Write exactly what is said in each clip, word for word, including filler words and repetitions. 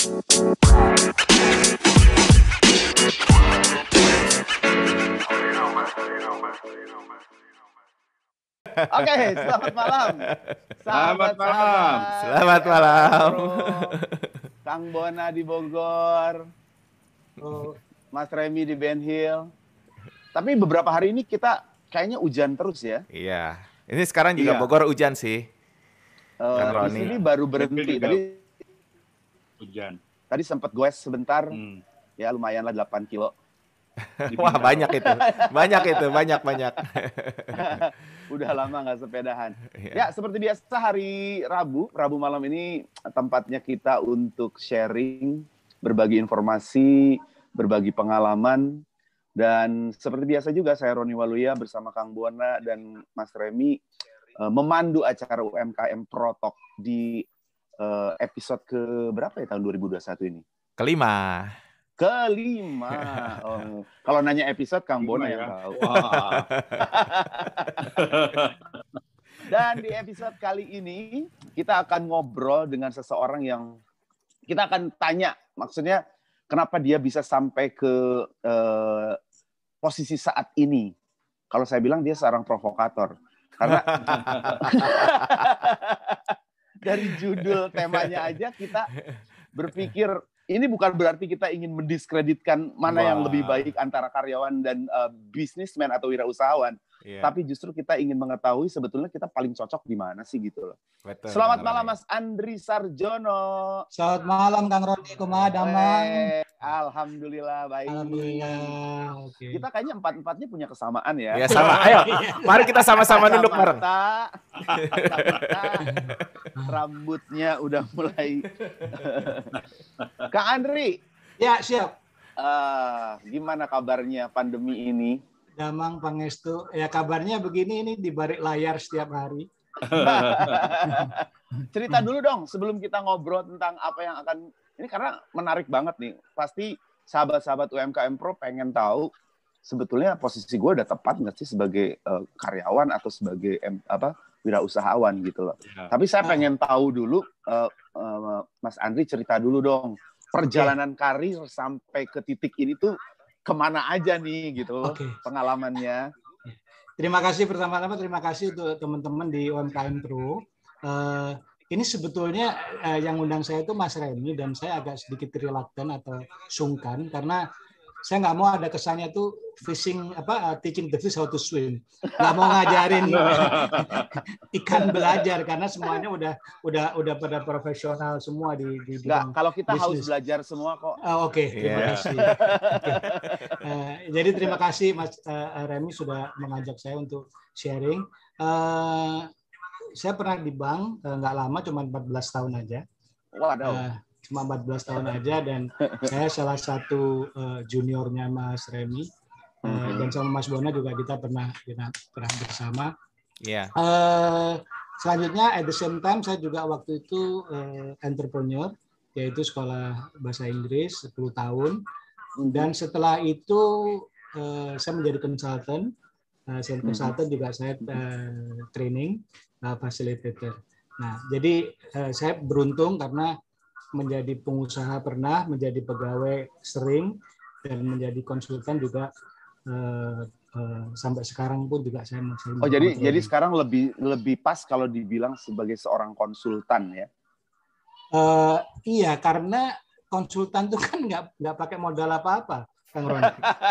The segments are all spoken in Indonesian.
Oke, selamat malam. Selamat malam. Selamat malam. Kang Bona di Bogor, Mas Remi di Ben Hill. Tapi beberapa hari ini kita kayaknya hujan terus ya. Iya. Ini sekarang juga Iya. Bogor hujan sih. Uh, Kang di Roni. sini baru berhenti. juga. Tadi Hujan. tadi sempat goes sebentar. Hmm. Ya lumayan lah delapan kilo. Wah, banyak itu. Banyak itu, banyak-banyak. Udah lama nggak sepedahan. Iya. Ya, seperti biasa hari Rabu, Rabu malam ini tempatnya kita untuk sharing, berbagi informasi, berbagi pengalaman. Dan seperti biasa juga saya Roni Waluya bersama Kang Bona dan Mas Remi eh, memandu acara U M K M Protalk di eh, episode ke berapa ya tahun dua ribu dua puluh satu ini? Kelima. Kelima. Oh, kalau nanya episode Kang Bona yang ya. tahu. Wah. Dan di episode kali ini kita akan ngobrol dengan seseorang yang kita akan tanya, maksudnya kenapa dia bisa sampai ke eh, posisi saat ini. Kalau saya bilang dia seorang provokator. Karena dari judul temanya aja kita berpikir ini bukan berarti kita ingin mendiskreditkan mana Wah. yang lebih baik antara karyawan dan uh, bisnismen atau wirausahawan. Iya. Tapi justru kita ingin mengetahui sebetulnya kita paling cocok di mana sih gitu loh. Betul, Selamat Kang malam Roni. Mas Andri Sarjono. Selamat malam Kang Roni, kumaha damang? Eh, Alhamdulillah baik. Alhamdulillah. Oke. Kita kayaknya empat-empatnya punya kesamaan ya. Ya sama. Ayo, mari kita sama-sama duduk bareng. Kacamata, kacamata, rambutnya udah mulai. Kang Andri, Ya, siap. eh, gimana kabarnya pandemi ini? Damang Pangestu. Ya kabarnya begini ini di balik layar setiap hari. Cerita dulu dong sebelum kita ngobrol tentang apa yang akan ini karena menarik banget nih. Pasti sahabat-sahabat U M K M Pro pengen tahu sebetulnya posisi gue udah tepat nggak sih sebagai eh, karyawan atau sebagai em, apa wirausahawan gitu loh. Ya. Tapi saya pengen tahu dulu eh, eh, Mas Andri cerita dulu dong perjalanan karir sampai ke titik ini tuh kemana aja nih gitu Oke. pengalamannya. Terima kasih pertama-tama terima kasih untuk teman-teman di U M K M Pro. Eh, ini sebetulnya eh, yang undang saya itu Mas Remi dan saya agak sedikit reluctant atau sungkan karena saya nggak mau ada kesannya tuh fishing apa uh, teaching the fish how to swim. Nggak mau ngajarin ikan belajar karena semuanya udah udah udah pada profesional semua di di Nggak, bidang kalau kita haus bisnis. belajar semua kok. Ah, Oke, terima Iya. kasih. Oke. Eh, jadi terima kasih Mas eh, Remi sudah mengajak saya untuk sharing. Eh, saya pernah di bank eh, nggak lama, cuma empat belas tahun aja. Waduh. Eh, cuma empat belas tahun aja dan saya salah satu eh, juniornya Mas Remi. Eh, Mhm. Dan sama Mas Bona juga kita pernah kita pernah bersama. Iya. Eh, selanjutnya at the same time saya juga waktu itu eh, entrepreneur, yaitu sekolah bahasa Inggris sepuluh tahun. Dan setelah itu eh, saya menjadi konsultan. Eh, saya Mhm. konsultan juga saya eh, training eh, facilitator. Nah, jadi eh, saya beruntung karena menjadi pengusaha pernah, menjadi pegawai sering, dan menjadi konsultan juga eh, eh, sampai sekarang pun juga saya masih. Oh jadi melakukan jadi training. sekarang lebih lebih pas kalau dibilang sebagai seorang konsultan ya. Eh, iya, karena konsultan itu kan nggak nggak pakai modal apa-apa, Kang Roni.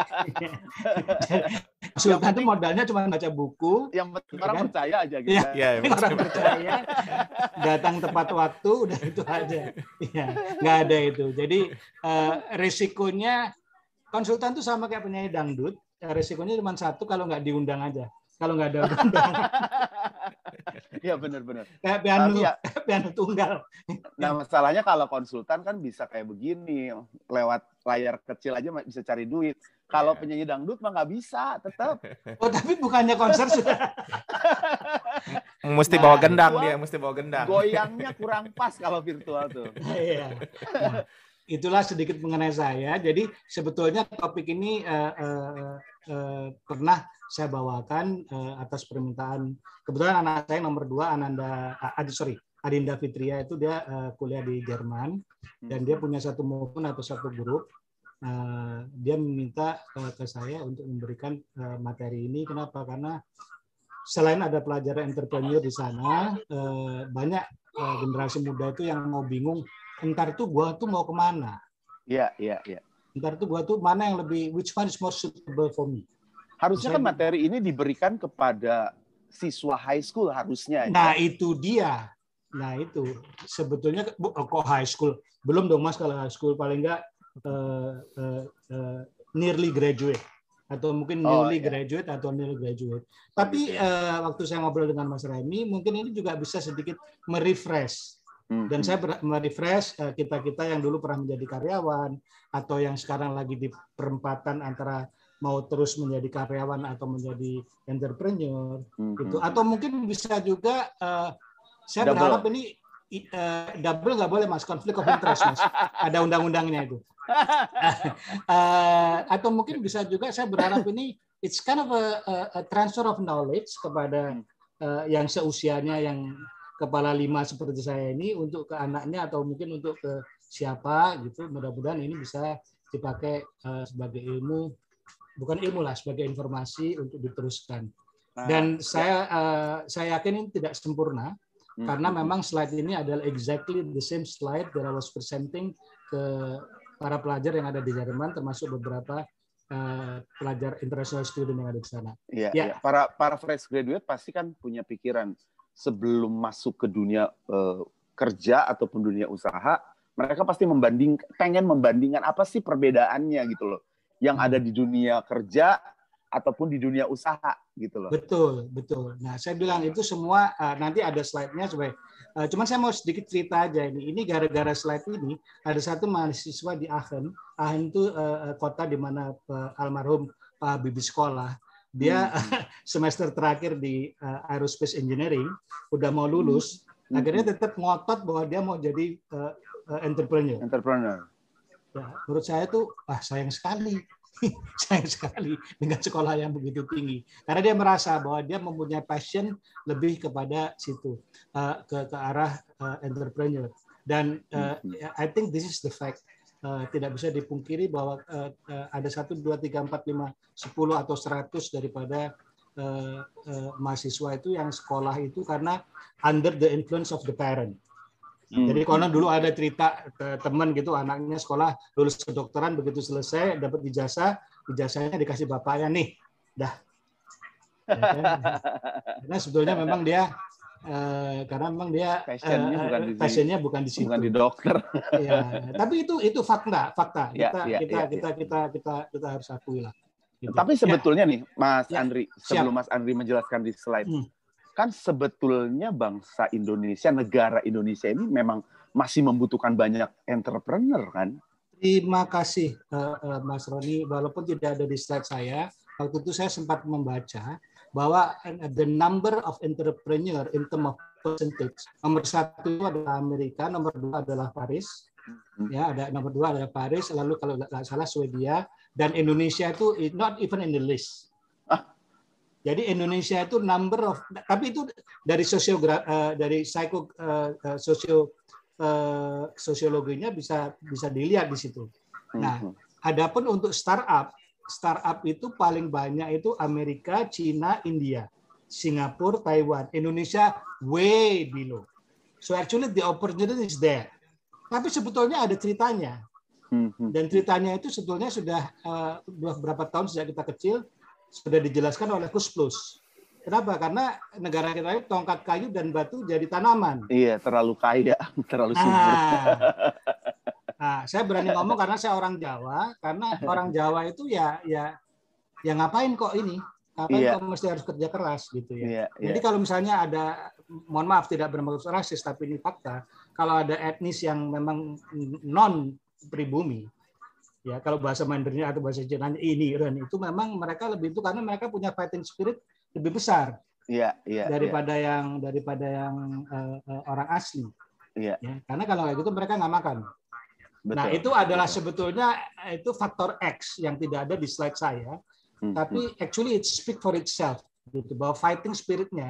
Konsultan itu modalnya cuma baca buku, Yang penting orang Kan? percaya aja gitu. Iya. ya. Iya, orang percaya, datang tepat waktu, udah itu aja. Iya, nggak ada itu. Jadi eh, risikonya konsultan itu sama kayak penyanyi dangdut. Eh, Risikonya cuma satu kalau nggak diundang aja. Kalau nggak ada undang, Iya benar-benar. kayak piano, Tapi ya, piano tunggal. nah masalahnya kalau konsultan kan bisa kayak begini, lewat layar kecil aja bisa cari duit. Kalau Iya. penyanyi dangdut mah nggak bisa, tetap. Oh, tapi bukannya konser sudah. Mesti Nah, bawa gendang virtual dia, mesti bawa gendang. Goyangnya kurang pas kalau virtual tuh. Iya. Nah, itulah sedikit mengenai saya. Jadi sebetulnya topik ini eh, eh, eh, pernah saya bawakan eh, atas permintaan kebetulan anak saya nomor dua Ananda, ah, sorry Adinda Fitria itu dia uh, kuliah di Jerman dan dia punya satu movement atau satu grup. Uh, dia meminta uh, ke saya untuk memberikan uh, materi ini. Kenapa? Karena selain ada pelajar entrepreneur di sana, uh, banyak uh, generasi muda itu yang mau bingung, entar tuh gua tuh mau kemana? Iya, iya, iya. Entar tuh gua tuh mana yang lebih, which one is more suitable for me? Harusnya kan materi ini diberikan kepada siswa high school harusnya. Nah ya? Itu dia. Nah itu sebetulnya kok high school belum dong Mas, kalau high school paling enggak uh, uh, uh, nearly graduate atau mungkin newly oh, ya. graduate atau newly graduate. Tapi uh, waktu saya ngobrol dengan Mas Remy, mungkin ini juga bisa sedikit merefresh. Dan saya merefresh uh, kita-kita yang dulu pernah menjadi karyawan atau yang sekarang lagi di perempatan antara mau terus menjadi karyawan atau menjadi entrepreneur mm-hmm. gitu. Atau mungkin bisa juga uh, saya double. berharap ini uh, double nggak boleh Mas, konflik of interest Mas. Ada undang-undangnya itu. uh, atau mungkin bisa juga saya berharap ini it's kind of a, a, a transfer of knowledge kepada uh, yang seusianya yang kepala lima seperti saya ini untuk ke anaknya atau mungkin untuk ke siapa gitu. Mudah-mudahan ini bisa dipakai uh, sebagai ilmu. Bukan ilmu lah, sebagai informasi untuk diteruskan. Dan nah, saya ya. uh, saya yakin ini tidak sempurna hmm. karena memang slide ini adalah exactly the same slide that I was presenting ke para pelajar yang ada di Jerman, termasuk beberapa uh, pelajar international student yang ada di sana. Iya, ya. ya. Para para fresh graduate pasti kan punya pikiran sebelum masuk ke dunia uh, kerja ataupun dunia usaha, mereka pasti membanding, pengen membandingkan apa sih perbedaannya gitu loh. Yang ada di dunia kerja ataupun di dunia usaha gitu loh. Betul, betul. Nah, saya bilang itu semua uh, nanti ada slide-nya supaya uh, cuman saya mau sedikit cerita aja ini. Ini gara-gara slide ini ada satu mahasiswa di Aachen. Aachen itu uh, kota di mana uh, almarhum Pak Habibie sekolah. Dia hmm. semester terakhir di uh, aerospace engineering, udah mau lulus, hmm. akhirnya tetap ngotot bahwa dia mau jadi uh, uh, entrepreneur. Entrepreneur. Ya, menurut saya tuh, ah sayang sekali, sayang sekali dengan sekolah yang begitu tinggi. Karena dia merasa bahwa dia mempunyai passion lebih kepada situ, uh, ke ke arah uh, entrepreneur. Dan uh, I think this is the fact. Uh, tidak bisa dipungkiri bahwa uh, uh, ada satu, dua, tiga, empat, lima, sepuluh atau seratus daripada uh, uh, mahasiswa itu yang sekolah itu karena under the influence of the parent. Jadi kalau dulu ada cerita teman gitu, anaknya sekolah lulus kedokteran, begitu selesai dapat ijazah, ijazahnya dikasih bapaknya nih, dah. Ya kan? Karena sebetulnya memang dia, eh, karena memang dia passionnya eh, bukan di passionnya bukan di situ, bukan di dokter. Ya, tapi itu itu fakta, fakta. Ya, kita, ya, kita, ya, kita, ya. kita kita kita harus akui lah. Gitu. Tapi sebetulnya ya. nih, Mas ya. Andri, sebelum Siap. Mas Andri menjelaskan di slide. Hmm. Kan sebetulnya bangsa Indonesia, negara Indonesia ini memang masih membutuhkan banyak entrepreneur kan? Terima kasih Mas Roni, walaupun tidak ada di slide saya, waktu itu saya sempat membaca bahwa the number of entrepreneur in terms of percentage, nomor satu adalah Amerika, nomor dua adalah Paris, ya ada nomor dua adalah Paris, lalu kalau tidak salah Swedia, dan Indonesia itu not even in the list. Jadi Indonesia itu number of, tapi itu dari sosiogra, uh, dari psiko uh, sosio uh, sosiologinya bisa bisa dilihat di situ. Nah, adapun untuk startup, startup itu paling banyak itu Amerika, Cina, India, Singapura, Taiwan. Indonesia way below. So actually the opportunity is there. Tapi sebetulnya ada ceritanya. Dan ceritanya itu sebetulnya sudah uh, beberapa tahun sejak kita kecil sudah dijelaskan oleh Kus Plus. Kenapa? Karena negara kita itu tongkat kayu dan batu jadi tanaman. Iya, terlalu kaya, terlalu subur. Nah, nah, saya berani ngomong karena saya orang Jawa. Karena orang Jawa itu ya, ya, ya ngapain kok ini? Ngapain iya. kok mesti harus kerja keras gitu ya. Iya, iya. Jadi kalau misalnya ada, mohon maaf tidak bermaksud rasis, tapi ini fakta. Kalau ada etnis yang memang non pribumi, ya kalau bahasa Mandarinnya atau bahasa Cinanya ini Ren itu memang mereka lebih itu karena mereka punya fighting spirit lebih besar iya, iya, daripada iya. yang daripada yang uh, uh, orang asli iya. ya, karena kalau kayak gitu mereka nggak makan. Betul. Nah itu adalah sebetulnya itu faktor X yang tidak ada di slide saya, hmm, tapi hmm. actually it speak for itself gitu, bahwa fighting spiritnya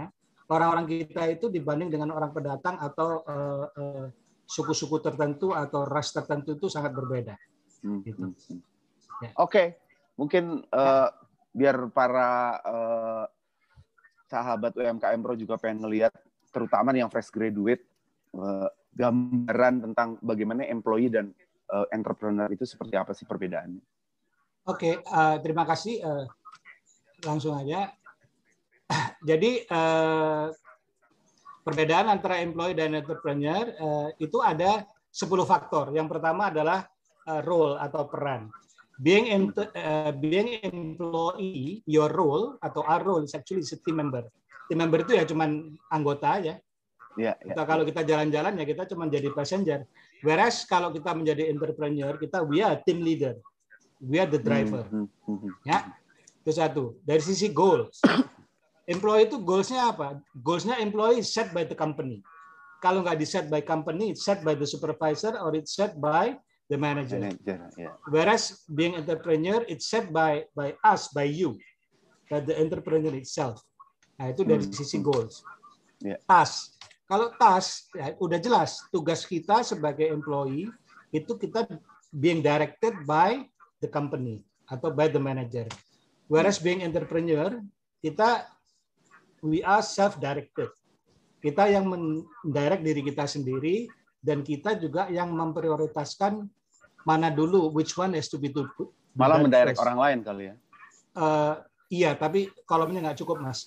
orang-orang kita itu dibanding dengan orang pendatang atau uh, uh, suku-suku tertentu atau ras tertentu itu sangat berbeda. Hmm. Gitu. Ya. Oke, okay. Mungkin uh, biar para uh, sahabat U M K M Pro juga pengen ngelihat, terutama yang fresh graduate, uh, gambaran tentang bagaimana employee dan uh, entrepreneur itu seperti apa sih perbedaannya? Oke, okay, uh, terima kasih. Uh, langsung aja. Jadi uh, perbedaan antara employee dan entrepreneur uh, itu ada sepuluh faktor. Yang pertama adalah uh, role atau peran. Being ent- uh, being employee, your role atau our role is actually a team member. Team member itu ya cuman anggota ya. Ya, ya. Atau kalau kita jalan-jalan ya kita cuma jadi passenger. Whereas kalau kita menjadi entrepreneur, kita we are team leader. We are the driver. Hmm, hmm, hmm. Ya. Itu satu. Dari sisi goals. Employee itu goals-nya apa? Goals-nya employee set by the company. Kalau nggak di set by company, it's set by the supervisor or it's set by the manager. Manager, yeah. Whereas being entrepreneur, it's set by by us, by you, by the entrepreneur itself. Nah itu dari Hmm. sisi goals. Yeah. Task. Kalau task, ya, udah jelas tugas kita sebagai employee itu kita being directed by the company atau by the manager. Whereas being entrepreneur, kita we are self-directed. Kita yang mendirect diri kita sendiri dan kita juga yang memprioritaskan mana dulu, which one has to be to Malah mendirect orang lain kali ya. Uh, iya, tapi kolomnya nggak cukup, Mas.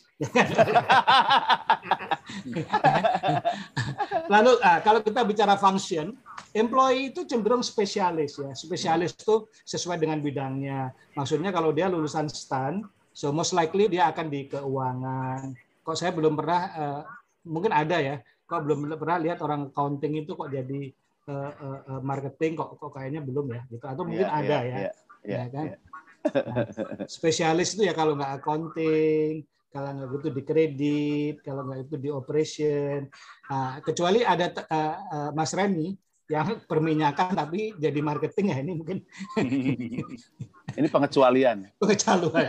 Lalu uh, kalau kita bicara function, employee itu cenderung spesialis ya. Spesialis itu sesuai dengan bidangnya. Maksudnya kalau dia lulusan STAN, so most likely dia akan di keuangan. Kok saya belum pernah, uh, mungkin ada ya, kok belum pernah lihat orang accounting itu kok jadi uh, uh, marketing, kok kok kayaknya belum ya, gitu. Atau mungkin Yeah, ada yeah, ya, yeah, yeah, ya kan. yeah. Nah, spesialis itu ya kalau nggak accounting, kalau nggak itu di kredit, kalau nggak itu di operation. Nah, kecuali ada uh, uh, Mas Remy yang perminyakan tapi jadi marketing ya, ini mungkin. Ini pengecualian. Pengecualian.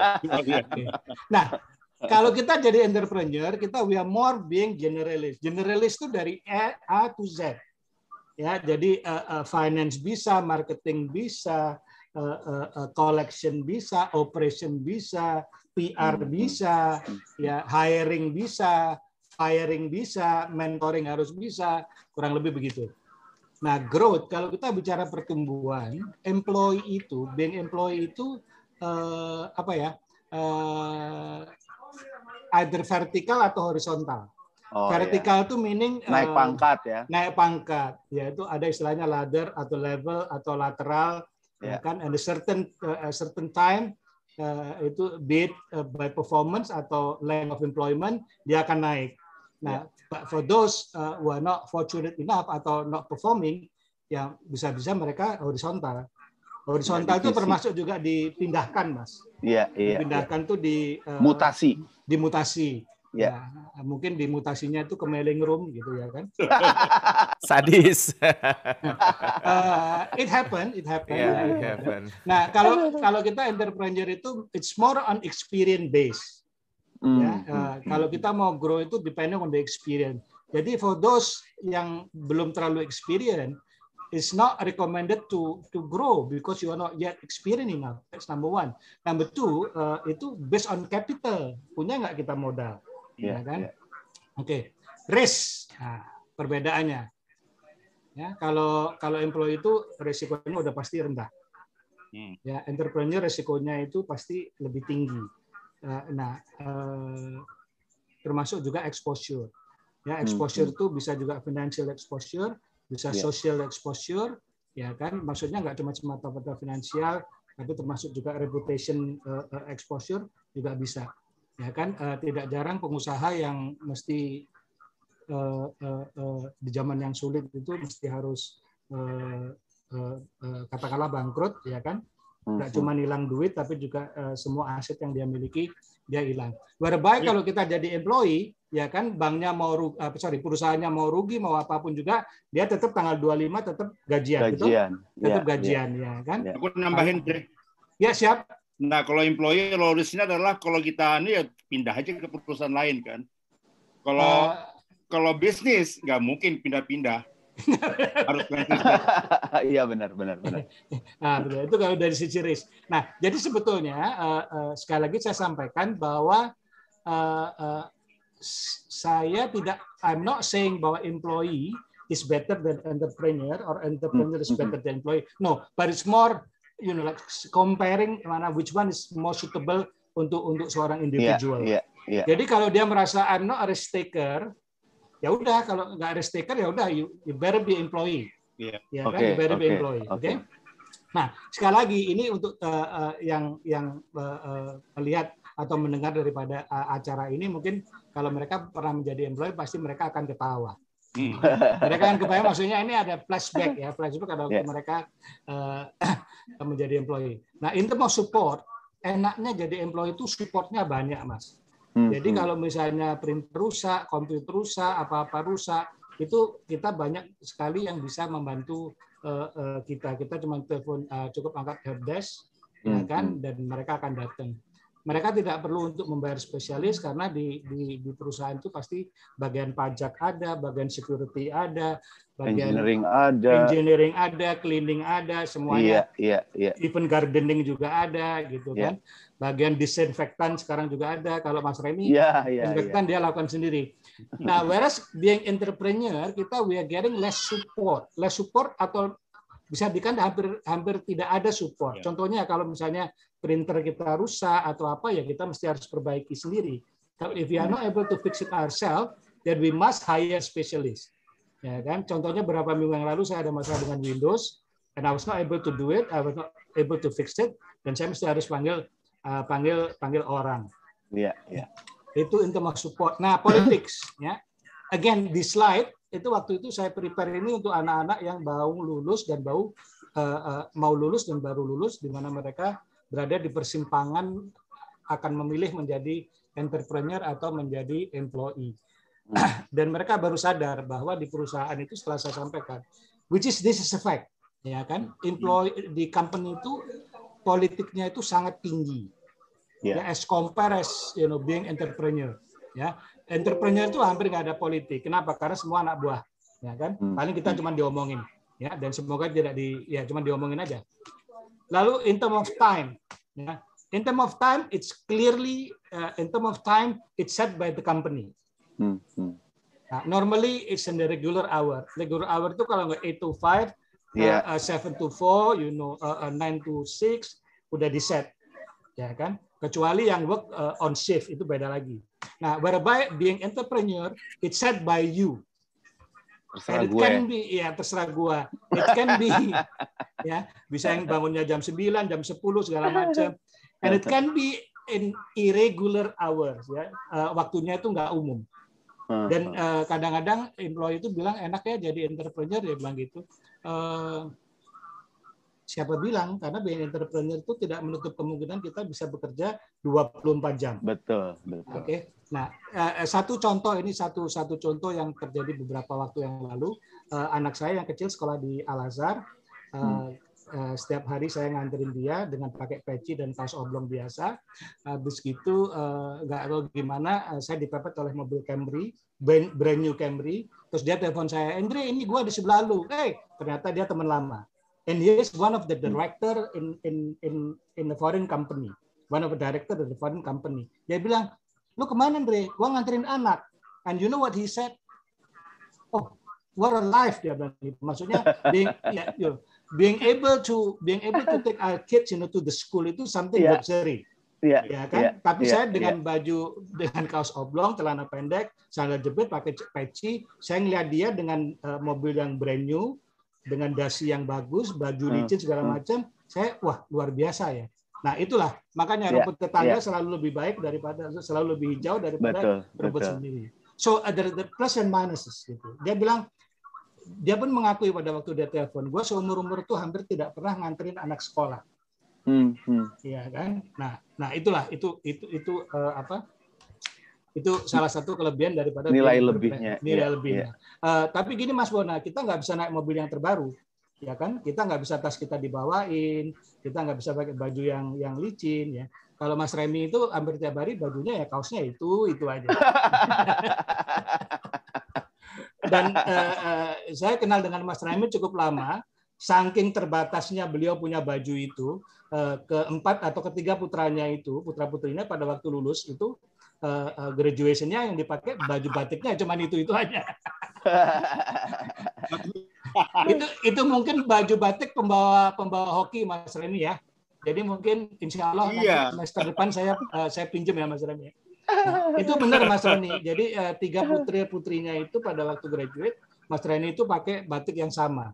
Nah, kalau kita jadi entrepreneur, kita we are more being generalist. Generalist itu dari A to Z. Ya, jadi uh, uh, finance bisa, marketing bisa, uh, uh, uh, collection bisa, operation bisa, P R bisa, ya hiring bisa, hiring bisa, mentoring harus bisa, kurang lebih begitu. Nah, growth, kalau kita bicara pertumbuhan, employee itu, being employee itu uh, apa ya? Uh, either vertikal atau horizontal. Oh, vertikal iya. itu meaning naik uh, pangkat ya. Naik pangkat, yaitu ada istilahnya ladder atau level atau lateral, Yeah. ya kan? And a certain uh, a certain time uh, itu be it uh, by performance atau length of employment dia akan naik. Nah, yeah. But for those uh, who are not fortunate enough atau not performing, yang bisa-bisa mereka horizontal. Horizontal itu termasuk juga dipindahkan, Mas. Iya, iya. Dipindahkan tuh di uh, mutasi. Dimutasi. Ya. Nah, mungkin dimutasinya itu ke mailing room gitu ya kan. Sadis. uh, it happen, it happen. Yeah, it happen. Nah, kalau kalau kita entrepreneur itu it's more on experience base. Mm. Ya, uh, kalau kita mau grow itu depending on the experience. Jadi for those yang belum terlalu experience, it's not recommended to to grow because you are not yet experienced enough. That's number one. Number two, uh, itu based on capital. Punya nggak kita modal? Yeah, ya kan? yeah. Oke. Okay. Risk. Nah, perbedaannya. Ya, kalau kalau employee itu risikonya udah pasti rendah. Hmm. Ya, entrepreneur risikonya itu pasti lebih tinggi. Nah, uh, termasuk juga exposure. Ya, exposure itu hmm. bisa juga financial exposure, bisa yeah. social exposure, ya kan? Maksudnya nggak cuma semata-mata finansial, tapi termasuk juga reputation uh, exposure juga bisa, ya kan? Uh, tidak jarang pengusaha yang mesti uh, uh, uh, di zaman yang sulit itu mesti harus uh, uh, uh, katakanlah bangkrut, ya kan? Nggak cuma hilang duit, tapi juga uh, semua aset yang dia miliki dia hilang. Whereby kalau kita jadi employee, ya kan, banknya mau rugi, uh, sorry, perusahaannya mau rugi, mau apapun juga, dia tetap tanggal dua puluh lima tetap gajian, gajian. Gitu? Tetap ya, gajian, ya, ya kan? Aku nambahin, Dre. Ya, siap. Nah, kalau employee, lolosnya adalah kalau kita ini ya pindah aja ke perusahaan lain kan. Kalau Uh, kalau bisnis nggak mungkin pindah-pindah. Harus konsisten. Iya benar benar benar. Nah, betul. Itu kalau dari sisi risk. Nah, jadi sebetulnya uh, uh, sekali lagi saya sampaikan bahwa uh, uh, saya tidak, I'm not saying bahwa employee is better than entrepreneur or entrepreneur is better than employee. No, but it's more, you know, like comparing mana which one is more suitable untuk untuk seorang individual. Yeah, yeah, yeah. Jadi kalau dia merasa I'm not a risk taker, ya udah, kalau nggak risk taker ya udah, you, you better be employee. Yeah. Ya kan, Okay, you better be okay, employee. Oke. okay. Okay? Nah, sekali lagi ini untuk uh, uh, yang yang uh, uh, melihat atau mendengar daripada uh, acara ini, mungkin kalau mereka pernah menjadi employee pasti mereka akan ketawa. Hmm. Mereka akan ketawa, maksudnya ini ada flashback ya, flashback kalau Yeah. mereka uh, menjadi employee. Nah, in terms of support, enaknya jadi employee itu supportnya banyak, Mas. Hmm, Jadi hmm. kalau misalnya printer rusak, komputer rusak, apa-apa rusak, itu kita banyak sekali yang bisa membantu uh, uh, kita. Kita cuma telepon, uh, cukup angkat helpdesk, ya Hmm, kan, hmm. dan mereka akan datang. Mereka tidak perlu untuk membayar spesialis karena di, di, di perusahaan itu pasti bagian pajak ada, bagian security ada, bagian Engineering ada. engineering ada, cleaning ada, semuanya. Iya, iya, iya. Even gardening juga ada, gitu Iya. kan. Bagian disinfektan sekarang juga ada. Kalau Mas Remy, Iya, iya, iya. disinfektan dia lakukan sendiri. Nah, whereas being entrepreneur, kita we are getting less support. Less support atau bisa dikatakan hampir hampir tidak ada support. Ya. Contohnya kalau misalnya printer kita rusak atau apa, ya kita mesti harus perbaiki sendiri. Kalau if we are not able to fix it ourselves, then we must hire specialist. Ya kan? Contohnya beberapa minggu yang lalu saya ada masalah dengan Windows, and I was not able to do it, I was not able to fix it, dan saya mesti harus panggil uh, panggil panggil orang. Iya, iya. Itu in terms of support. Nah, politics, ya. Again, di slide itu waktu itu saya prepare ini untuk anak-anak yang baru lulus dan baru uh, uh, mau lulus dan baru lulus, di mana mereka berada di persimpangan akan memilih menjadi entrepreneur atau menjadi employee. Dan mereka baru sadar bahwa di perusahaan itu, setelah saya sampaikan, which is this is a fact, ya kan, employee di company itu politiknya itu sangat tinggi, Yeah. ya, as compare as you know being entrepreneur, ya. Entrepreneur itu hampir nggak ada politik. Kenapa? Karena semua anak buah, ya kan. Paling kita cuma diomongin, ya, dan semoga tidak di, ya cuma diomongin aja. Lalu in term of time, ya, in term of time, it's clearly uh, in term of time it's set by the company. Hmm, hmm. Nah, normally it's in the regular hour. Regular hour itu kalau nggak eight to five, Yeah. uh, uh, seven to four, you know, uh, uh, nine to six udah di set, ya kan. Kecuali yang work uh, on shift itu beda lagi. Nah, whereby being entrepreneur it's set by you. Terserah And it gue. can be, ya terserah gua. It can be, ya bisa yang bangunnya jam sembilan, jam sepuluh segala macam. And it can be in irregular hours, ya. Uh, waktunya itu nggak umum. Dan uh, kadang-kadang employee itu bilang enak ya jadi entrepreneur, dia bilang gitu. Uh, siapa bilang? Karena being entrepreneur itu tidak menutup kemungkinan kita bisa bekerja dua puluh empat jam. Betul, betul. Oke. Okay. Nah, uh, satu contoh ini satu satu contoh yang terjadi beberapa waktu yang lalu. Uh, anak saya yang kecil sekolah di Al-Azhar. Uh, uh, setiap hari saya nganterin dia dengan pakai peci dan kaos oblong biasa. Habis gitu nggak uh, tahu gimana uh, saya dipepet oleh mobil Camry, brand new Camry. Terus dia telepon saya, Andre ini gua di sebelah lu. Eh, hey, ternyata dia teman lama. And he is one of the director in in in in a foreign company. One of the director of the foreign company. Dia bilang, lu kemana Andre? Gua nganterin anak. And you know what he said? Oh, what a life, dia bilang. Maksudnya being ya, you know, being able to being able to take our kids you know, to the school itu something yeah. luxury. Yeah. Ya kan? Yeah. Tapi yeah. saya dengan yeah. baju dengan kaos oblong, celana pendek, sandal jepit, pakai peci, saya ngeliat dia dengan uh, mobil yang brand new, dengan dasi yang bagus, baju licin segala macam, saya wah luar biasa ya. Nah itulah makanya yeah, rumput tetangga yeah. selalu lebih baik daripada selalu lebih hijau daripada betul, rumput betul. sendiri. So ada the plus and minuses gitu. Dia bilang dia pun mengakui pada waktu dia telepon, gue seumur umur tuh hampir tidak pernah nganterin anak sekolah. Hmm, hmm. Iya kan? Nah, nah itulah itu itu itu uh, apa? Itu salah satu kelebihan daripada nilai dia lebihnya. Nilai yeah, lebihnya. Yeah. Uh, tapi gini Mas Bona, kita nggak bisa naik mobil yang terbaru. ya kan? Kita nggak bisa tas kita dibawain, kita nggak bisa pakai baju yang yang licin, ya. Kalau Mas Remy itu hampir tiap hari bajunya ya kaosnya itu itu aja. Dan uh, uh, saya kenal dengan Mas Remy cukup lama, saking terbatasnya beliau punya baju itu, uh, keempat atau ketiga putranya itu, putra putrinya pada waktu lulus itu uh, uh, graduation-nya yang dipakai baju batiknya cuma itu itu aja. itu itu mungkin baju batik pembawa pembawa hoki Mas Remy ya. Jadi mungkin insya Allah Iya. nanti semester depan saya uh, saya pinjam ya Mas Remy. Nah, itu benar Mas Reni. Jadi uh, tiga putri putrinya itu pada waktu graduate, Mas Reni itu pakai batik yang sama.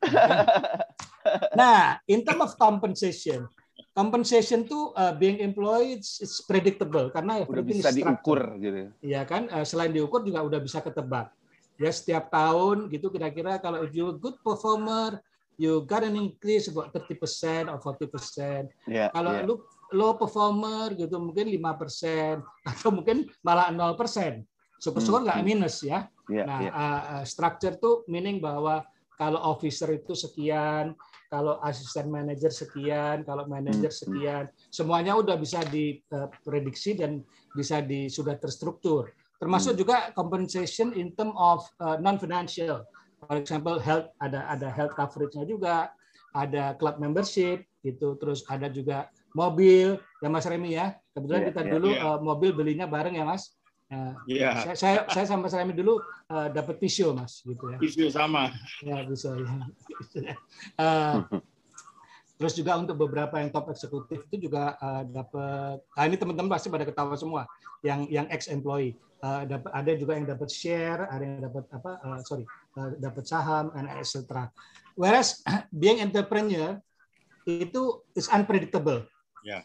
Nah, in terms of compensation, compensation tuh uh, being employed it's predictable karena udah bisa diukur gitu. Iya kan, uh, selain diukur juga udah bisa ketebak. Ya setiap tahun gitu kira-kira kalau if you're a good performer, you got an increase about thirty percent or forty percent. Yeah, kalau yeah. lu low performer gitu mungkin lima persen atau mungkin malah nol persen. Syukur-syukur nggak hmm. minus ya. Yeah, nah, yeah. Uh, structure tuh meaning bahwa kalau officer itu sekian, kalau asisten manajer sekian, kalau manajer hmm. sekian, semuanya udah bisa diprediksi dan bisa di sudah terstruktur. Termasuk hmm. juga compensation in term of uh, non financial. For example, health ada ada health coverage-nya juga, ada club membership gitu, terus ada juga mobil ya Mas Remy ya. Kebetulan yeah, kita yeah, dulu yeah. Uh, mobil belinya bareng ya Mas. Uh, yeah. saya, saya saya sama Mas Remy dulu uh, dapat visio Mas gitu ya. Visio sama. Ya bisa ya. uh, terus juga untuk beberapa yang top eksekutif itu juga uh, dapat. Nah, ini teman-teman pasti pada ketawa semua. Yang yang ex employee uh, dapat ada juga yang dapat share, ada yang dapat apa? Uh, sorry. dapat saham and et cetera. Whereas being entrepreneur itu is unpredictable. Ya.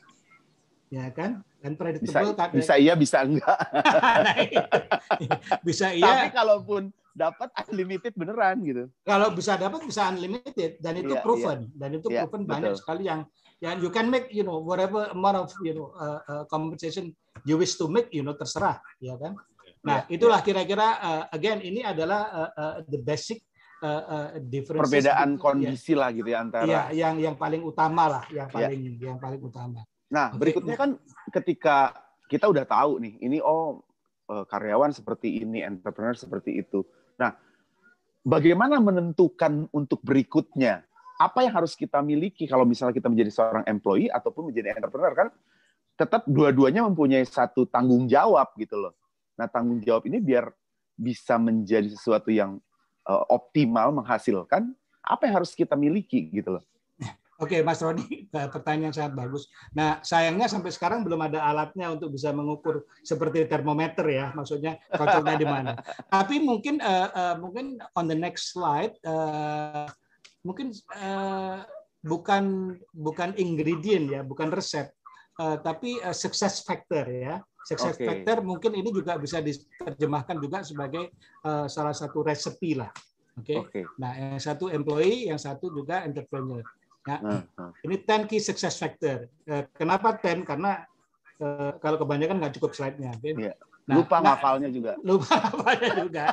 Ya kan? Unpredictable. Bisa, bisa iya, bisa enggak. Nah, bisa iya. Tapi kalaupun dapat unlimited beneran gitu. Kalau bisa dapat bisa unlimited dan itu yeah, proven yeah. dan itu yeah, proven betul. banyak sekali yang yang you can make you know whatever amount of you know uh, uh, compensation you wish to make you know terserah ya kan. Nah, itulah kira-kira uh, again ini adalah uh, uh, the basic uh, uh, differences. Perbedaan kondisi ya. Lah gitu ya antara. Iya, yang yang paling utama lah, yang paling ya. yang paling utama. Nah, okay. berikutnya kan ketika kita udah tahu nih, ini oh karyawan seperti ini, entrepreneur seperti itu. Nah, bagaimana menentukan untuk berikutnya? Apa yang harus kita miliki kalau misalnya kita menjadi seorang employee ataupun menjadi entrepreneur kan tetap dua-duanya mempunyai satu tanggung jawab gitu loh. Nah, tanggung jawab ini biar bisa menjadi sesuatu yang uh, optimal, menghasilkan, apa yang harus kita miliki gitu loh. Oke, Mas Roni, pertanyaan sangat bagus. Nah, sayangnya sampai sekarang belum ada alatnya untuk bisa mengukur seperti termometer ya, maksudnya cocoknya di mana. Tapi mungkin uh, uh, mungkin on the next slide, uh, mungkin uh, bukan bukan ingredient ya, bukan resep, uh, tapi uh, success factor ya. Success okay. factor mungkin ini juga bisa diterjemahkan juga sebagai uh, salah satu resepi lah. Oke. Okay? Okay. Nah, yang satu employee, yang satu juga entrepreneur. Nah, uh, uh. Ini ten key success factor. Uh, kenapa ten? Karena uh, kalau kebanyakan nggak cukup slide-nya. Okay? Yeah. Nah, lupa nah, ngafalnya juga. Lupa ngafalnya juga.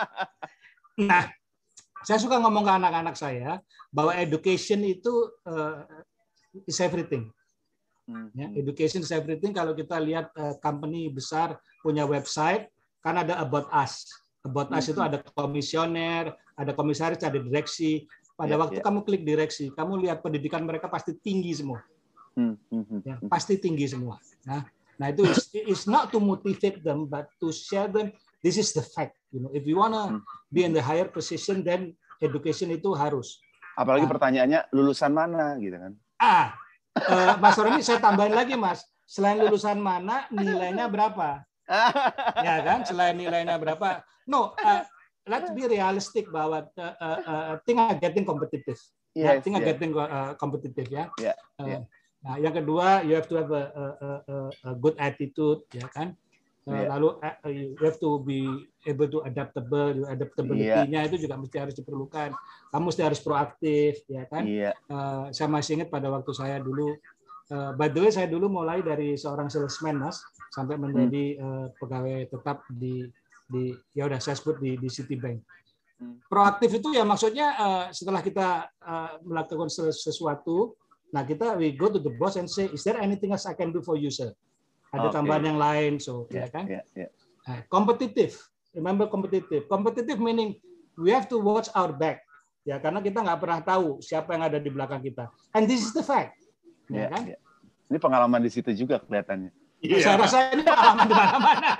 Nah, saya suka ngomong ke anak-anak saya bahwa education itu uh, is everything. Ya, education is everything. Kalau kita lihat uh, company besar punya website, kan ada about us. About us mm-hmm. itu ada komisioner, ada komisaris, ada direksi. Pada yeah, waktu yeah. kamu klik direksi, kamu lihat pendidikan mereka pasti tinggi semua. Mm-hmm. Ya, pasti tinggi semua. Nah, nah itu is, is not to motivate them, but to share them. This is the fact. You know, if you wanna mm-hmm. be in the higher position, then education itu harus. Apalagi nah, pertanyaannya lulusan mana, gitu kan? Ah. Uh, Mas Roni, saya tambahin lagi, Mas. Selain lulusan mana, nilainya berapa? Ya kan? Selain nilainya berapa? No, uh, let's be realistic bahwa uh, uh, uh, things are getting competitive. Yes, things are yeah. getting uh, competitive ya. Yeah, yeah. Uh, nah, yang kedua, you have to have a, a, a, a good attitude, ya kan? Uh, yeah. Lalu uh, you have to be able to adaptable, adaptability-nya yeah. itu juga mesti harus diperlukan. Kamu mesti harus proaktif, ya kan? Yeah. Uh, saya masih ingat pada waktu saya dulu, uh, by the way saya dulu mulai dari seorang salesman, Mas, sampai menjadi hmm. uh, pegawai tetap di di ya udah saya sebut di di Citibank. Proaktif itu ya maksudnya uh, setelah kita uh, melakukan sesuatu, nah kita we go to the boss and say, is there anything else I can do for you, sir? Ada okay. tambahan yang lain, so yeah, ya kan? Yeah, yeah. Uh, competitive, remember competitive. Competitive meaning we have to watch our back, ya karena kita nggak pernah tahu siapa yang ada di belakang kita. And this is the fact, yeah, ya kan? Yeah. Ini pengalaman di situ juga kelihatannya. Yeah. Saya rasa ini pengalaman di mana-mana.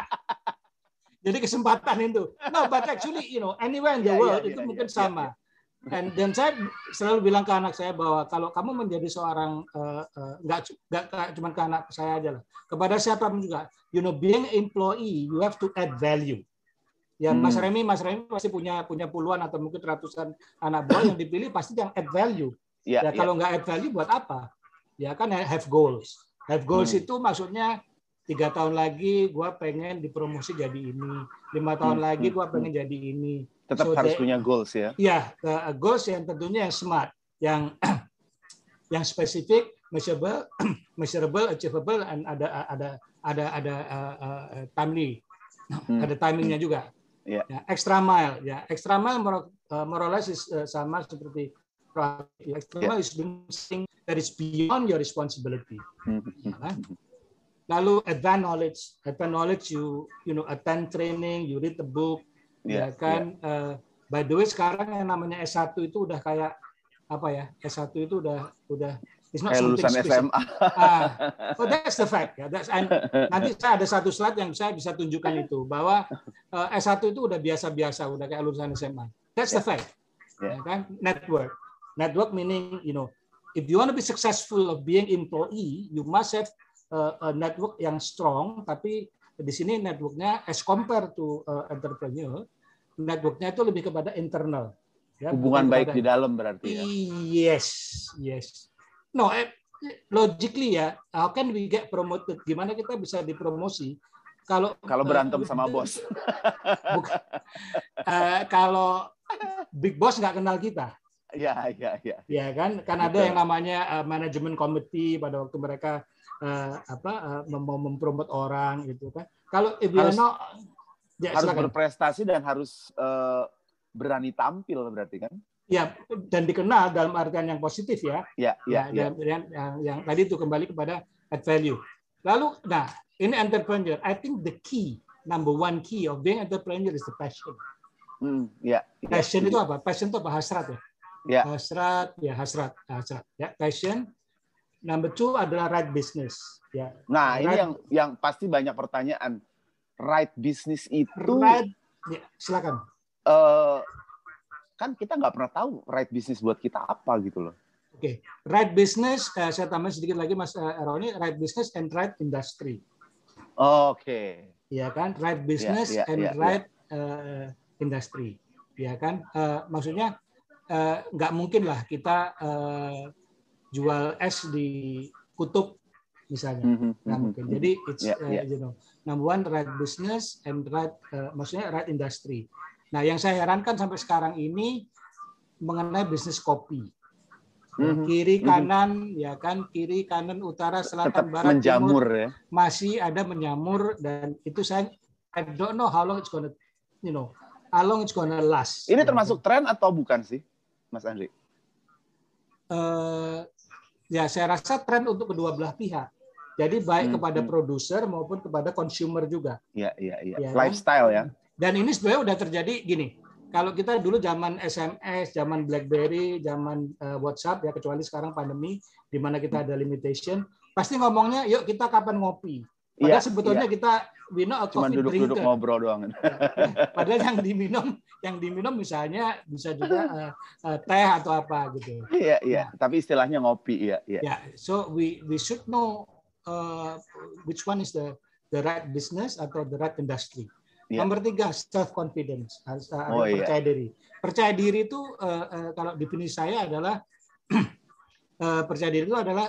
Jadi kesempatan itu. No, but actually, you know, anywhere in the yeah, world yeah, itu yeah, mungkin yeah, sama. Yeah, yeah. Dan dan saya selalu bilang ke anak saya bahwa kalau kamu menjadi seorang uh, uh, nggak nggak cuma ke anak saya aja lah, kepada siapa pun juga, you know, being employee, you have to add value. Ya, hmm. Mas Remy, Mas Remy pasti punya punya puluhan atau mungkin ratusan anak buah yang dipilih pasti yang add value. Yeah, ya kalau yeah. nggak add value buat apa? Ya kan have goals. Have goals hmm. itu maksudnya tiga tahun lagi gue pengen dipromosi jadi ini, lima tahun hmm. lagi gue pengen jadi ini. Tetap so harus they, punya goals ya. Iya, uh, goals yang tentunya yang smart, yang yang spesifik, measurable, measurable, achievable, and ada ada ada ada uh, uh, timely, hmm. ada timingnya juga. Yeah. Ya, extra mile, ya extra mile more, uh, more or less is, uh, sama seperti extra mile yeah. is doing something that is beyond your responsibility. Hmm. Ya, kan? Lalu advanced knowledge, advanced knowledge you you know attend training, you read the book. Ya kan, yeah. uh, by the way sekarang yang namanya S satu itu udah kayak apa ya? S satu itu udah udah it's not kayak lulusan S M A. Ah, so that's the fact. Ya. That's, and nanti saya ada satu slide yang saya bisa tunjukkan itu bahwa uh, S satu itu udah biasa-biasa, udah kayak lulusan S M A. That's yeah. the fact. Yeah. Ya kan? Network. Network meaning, you know, if you want to be successful of being employee, you must have uh, a network yang strong, tapi di sini networknya as compared to uh, entrepreneur, networknya itu lebih kepada internal. Ya, hubungan baik kepada, di dalam berarti ya? Yes, yes. No, eh, logically ya, how can we get promoted? Gimana kita bisa dipromosi? Kalau kalau berantem uh, sama bos. Bukan, uh, kalau big boss nggak kenal kita. Ya, ya, ya. Ya kan, kan ada yang namanya uh, manajemen committee pada waktu mereka uh, apa uh, mau mempromot orang gitu kan. Kalau harus, not, ya, harus berprestasi dan harus uh, berani tampil berarti kan? Ya, dan dikenal dalam artian yang positif ya. Ya, ya, ya. ya. Yang, yang, yang tadi itu kembali kepada add value. Lalu, nah ini entrepreneur. I think the key, number one key of being entrepreneur is the passion. Hmm, ya, ya. Passion itu apa? Passion itu apa? Hasrat ya. Ya. Hasrat, ya hasrat, hasrat. Ya, passion. Number two adalah right business. Ya. Nah, right, ini yang yang pasti banyak pertanyaan. Right business itu. Right, ya, silakan. Uh, kan kita nggak pernah tahu right business buat kita apa gitu loh. Oke, okay. Right business. Uh, saya tambah sedikit lagi, Mas uh, Roni. Right business and right industry. Oke. Okay. Ya kan, right business yeah, yeah, and yeah, right yeah. Uh, industry. Ya kan, uh, maksudnya. Uh, nggak mungkin lah kita uh, jual es di Kutub misalnya, mm-hmm. nggak mungkin. Jadi it's yeah, yeah. Uh, you know number one right business and right uh, maksudnya right industry. Nah yang saya herankan sampai sekarang ini mengenai bisnis kopi, mm-hmm. kiri kanan mm-hmm. ya kan kiri kanan utara selatan tetap barat menjamur, timur ya. Masih ada menjamur dan itu saya I don't know how long it's gonna you know how long it's gonna last. Ini termasuk tren atau bukan sih? Mas Andri? Uh, ya saya rasa tren untuk kedua belah pihak. Jadi baik hmm, kepada hmm. produser maupun kepada consumer juga. Iya, iya, iya. Ya, lifestyle kan? Ya. Dan ini sebenarnya udah terjadi gini. Kalau kita dulu zaman S M S, zaman BlackBerry, zaman uh, WhatsApp ya kecuali sekarang pandemi di mana kita ada limitation, pasti ngomongnya yuk kita kapan ngopi. Padahal ya, sebetulnya ya. Kita we know a coffee duduk, drinker. Cuma duduk ngobrol doang. Ya, padahal yang diminum, yang diminum misalnya bisa juga uh, uh, teh atau apa gitu. Iya, iya. Nah, tapi istilahnya ngopi, iya, iya. Ya, so we we should know uh, which one is the the right business atau the right industry. Ya. Nomor tiga, self confidence, uh, oh, percaya iya. diri. Percaya diri itu uh, uh, kalau definisi saya adalah uh, percaya diri itu adalah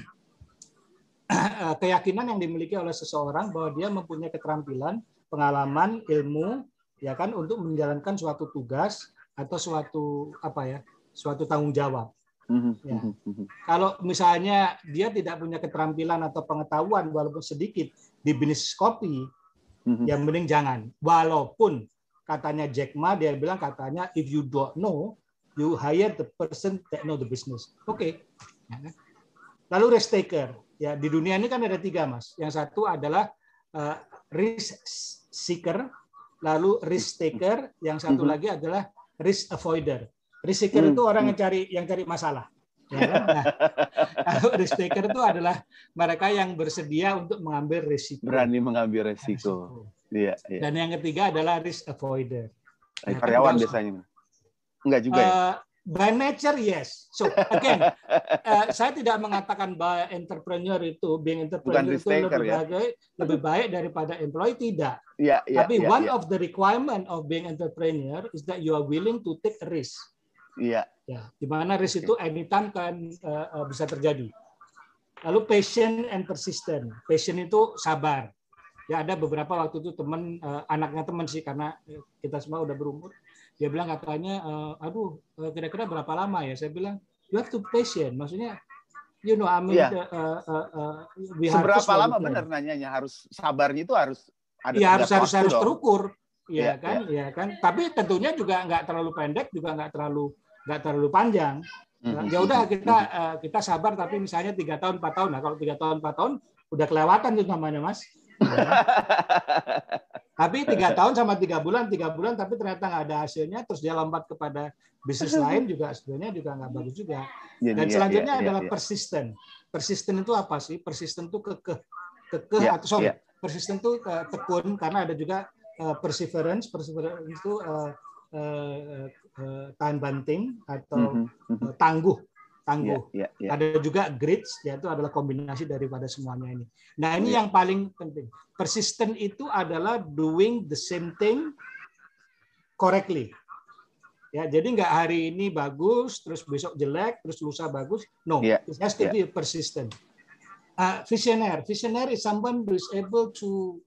keyakinan yang dimiliki oleh seseorang bahwa dia mempunyai keterampilan, pengalaman, ilmu, ya kan, untuk menjalankan suatu tugas atau suatu apa ya, suatu tanggung jawab. Ya. Kalau misalnya dia tidak punya keterampilan atau pengetahuan walaupun sedikit di bisnis kopi, ya mending jangan. Walaupun katanya Jack Ma, dia bilang katanya if you don't know, you hire the person that know the business. Oke. Okay. Lalu risk taker. Ya, di dunia ini kan ada tiga, Mas. Yang satu adalah uh, risk seeker, lalu risk taker, yang satu lagi adalah risk avoider. Risk seeker itu orang yang cari yang cari masalah. Ya, kan? Nah, kalau risk taker itu adalah mereka yang bersedia untuk mengambil risiko. Berani mengambil risiko. Iya, iya. Dan yang ketiga adalah risk avoider. Nah, karyawan kan biasanya. Enggak juga uh, ya? By nature, yes. So again, uh, saya tidak mengatakan bahwa entrepreneur itu, being entrepreneur itu lebih, ya? baik, lebih baik daripada employee, tidak. Ya, ya, Tapi ya, one ya. of the requirement of being entrepreneur is that you are willing to take a risk. Iya. Ya, di mana risk okay. itu anytime kan uh, bisa terjadi. Lalu patient and persistent. Patient itu sabar. Ya, ada beberapa waktu itu teman, uh, anaknya teman sih, karena kita semua udah berumur. Dia bilang katanya, aduh, kira-kira berapa lama ya? Saya bilang, you have to patient. Maksudnya, you know, I mean, yeah. uh, uh, uh, we seberapa lama benar nanyanya? Harus sabarnya itu harus ada. Ya harus harus harus dong. terukur, ya, ya kan, ya. ya kan. Tapi tentunya juga nggak terlalu pendek, juga nggak terlalu nggak terlalu panjang. Mm-hmm. Ya udah kita uh, kita sabar, tapi misalnya tiga tahun, empat tahun. Nah kalau tiga tahun, empat tahun, udah kelewatan itu namanya, Mas. Ya. Tapi tiga tahun sama tiga bulan, tiga bulan, tapi ternyata nggak ada hasilnya, terus dia lompat kepada bisnis lain juga sebenarnya juga nggak bagus juga. Dan ya, selanjutnya ya, adalah ya, ya. persisten. Persisten itu apa sih? Persisten itu kekeh, kekeh ya, atau sorry, ya. persisten itu tekun, karena ada juga uh, perseverance. Perseverance itu uh, uh, uh, tahan banting atau uh, tangguh. Tangguh. Ya, ya, ya. Ada juga grit, yaitu adalah kombinasi daripada semuanya ini. Nah ini ya. yang paling penting. Persisten itu adalah doing the same thing correctly. Ya, jadi nggak hari ini bagus, terus besok jelek, terus lusa bagus. No, ya, it has to ya. be persistent. Uh, visionaire, visionaire is someone who is able to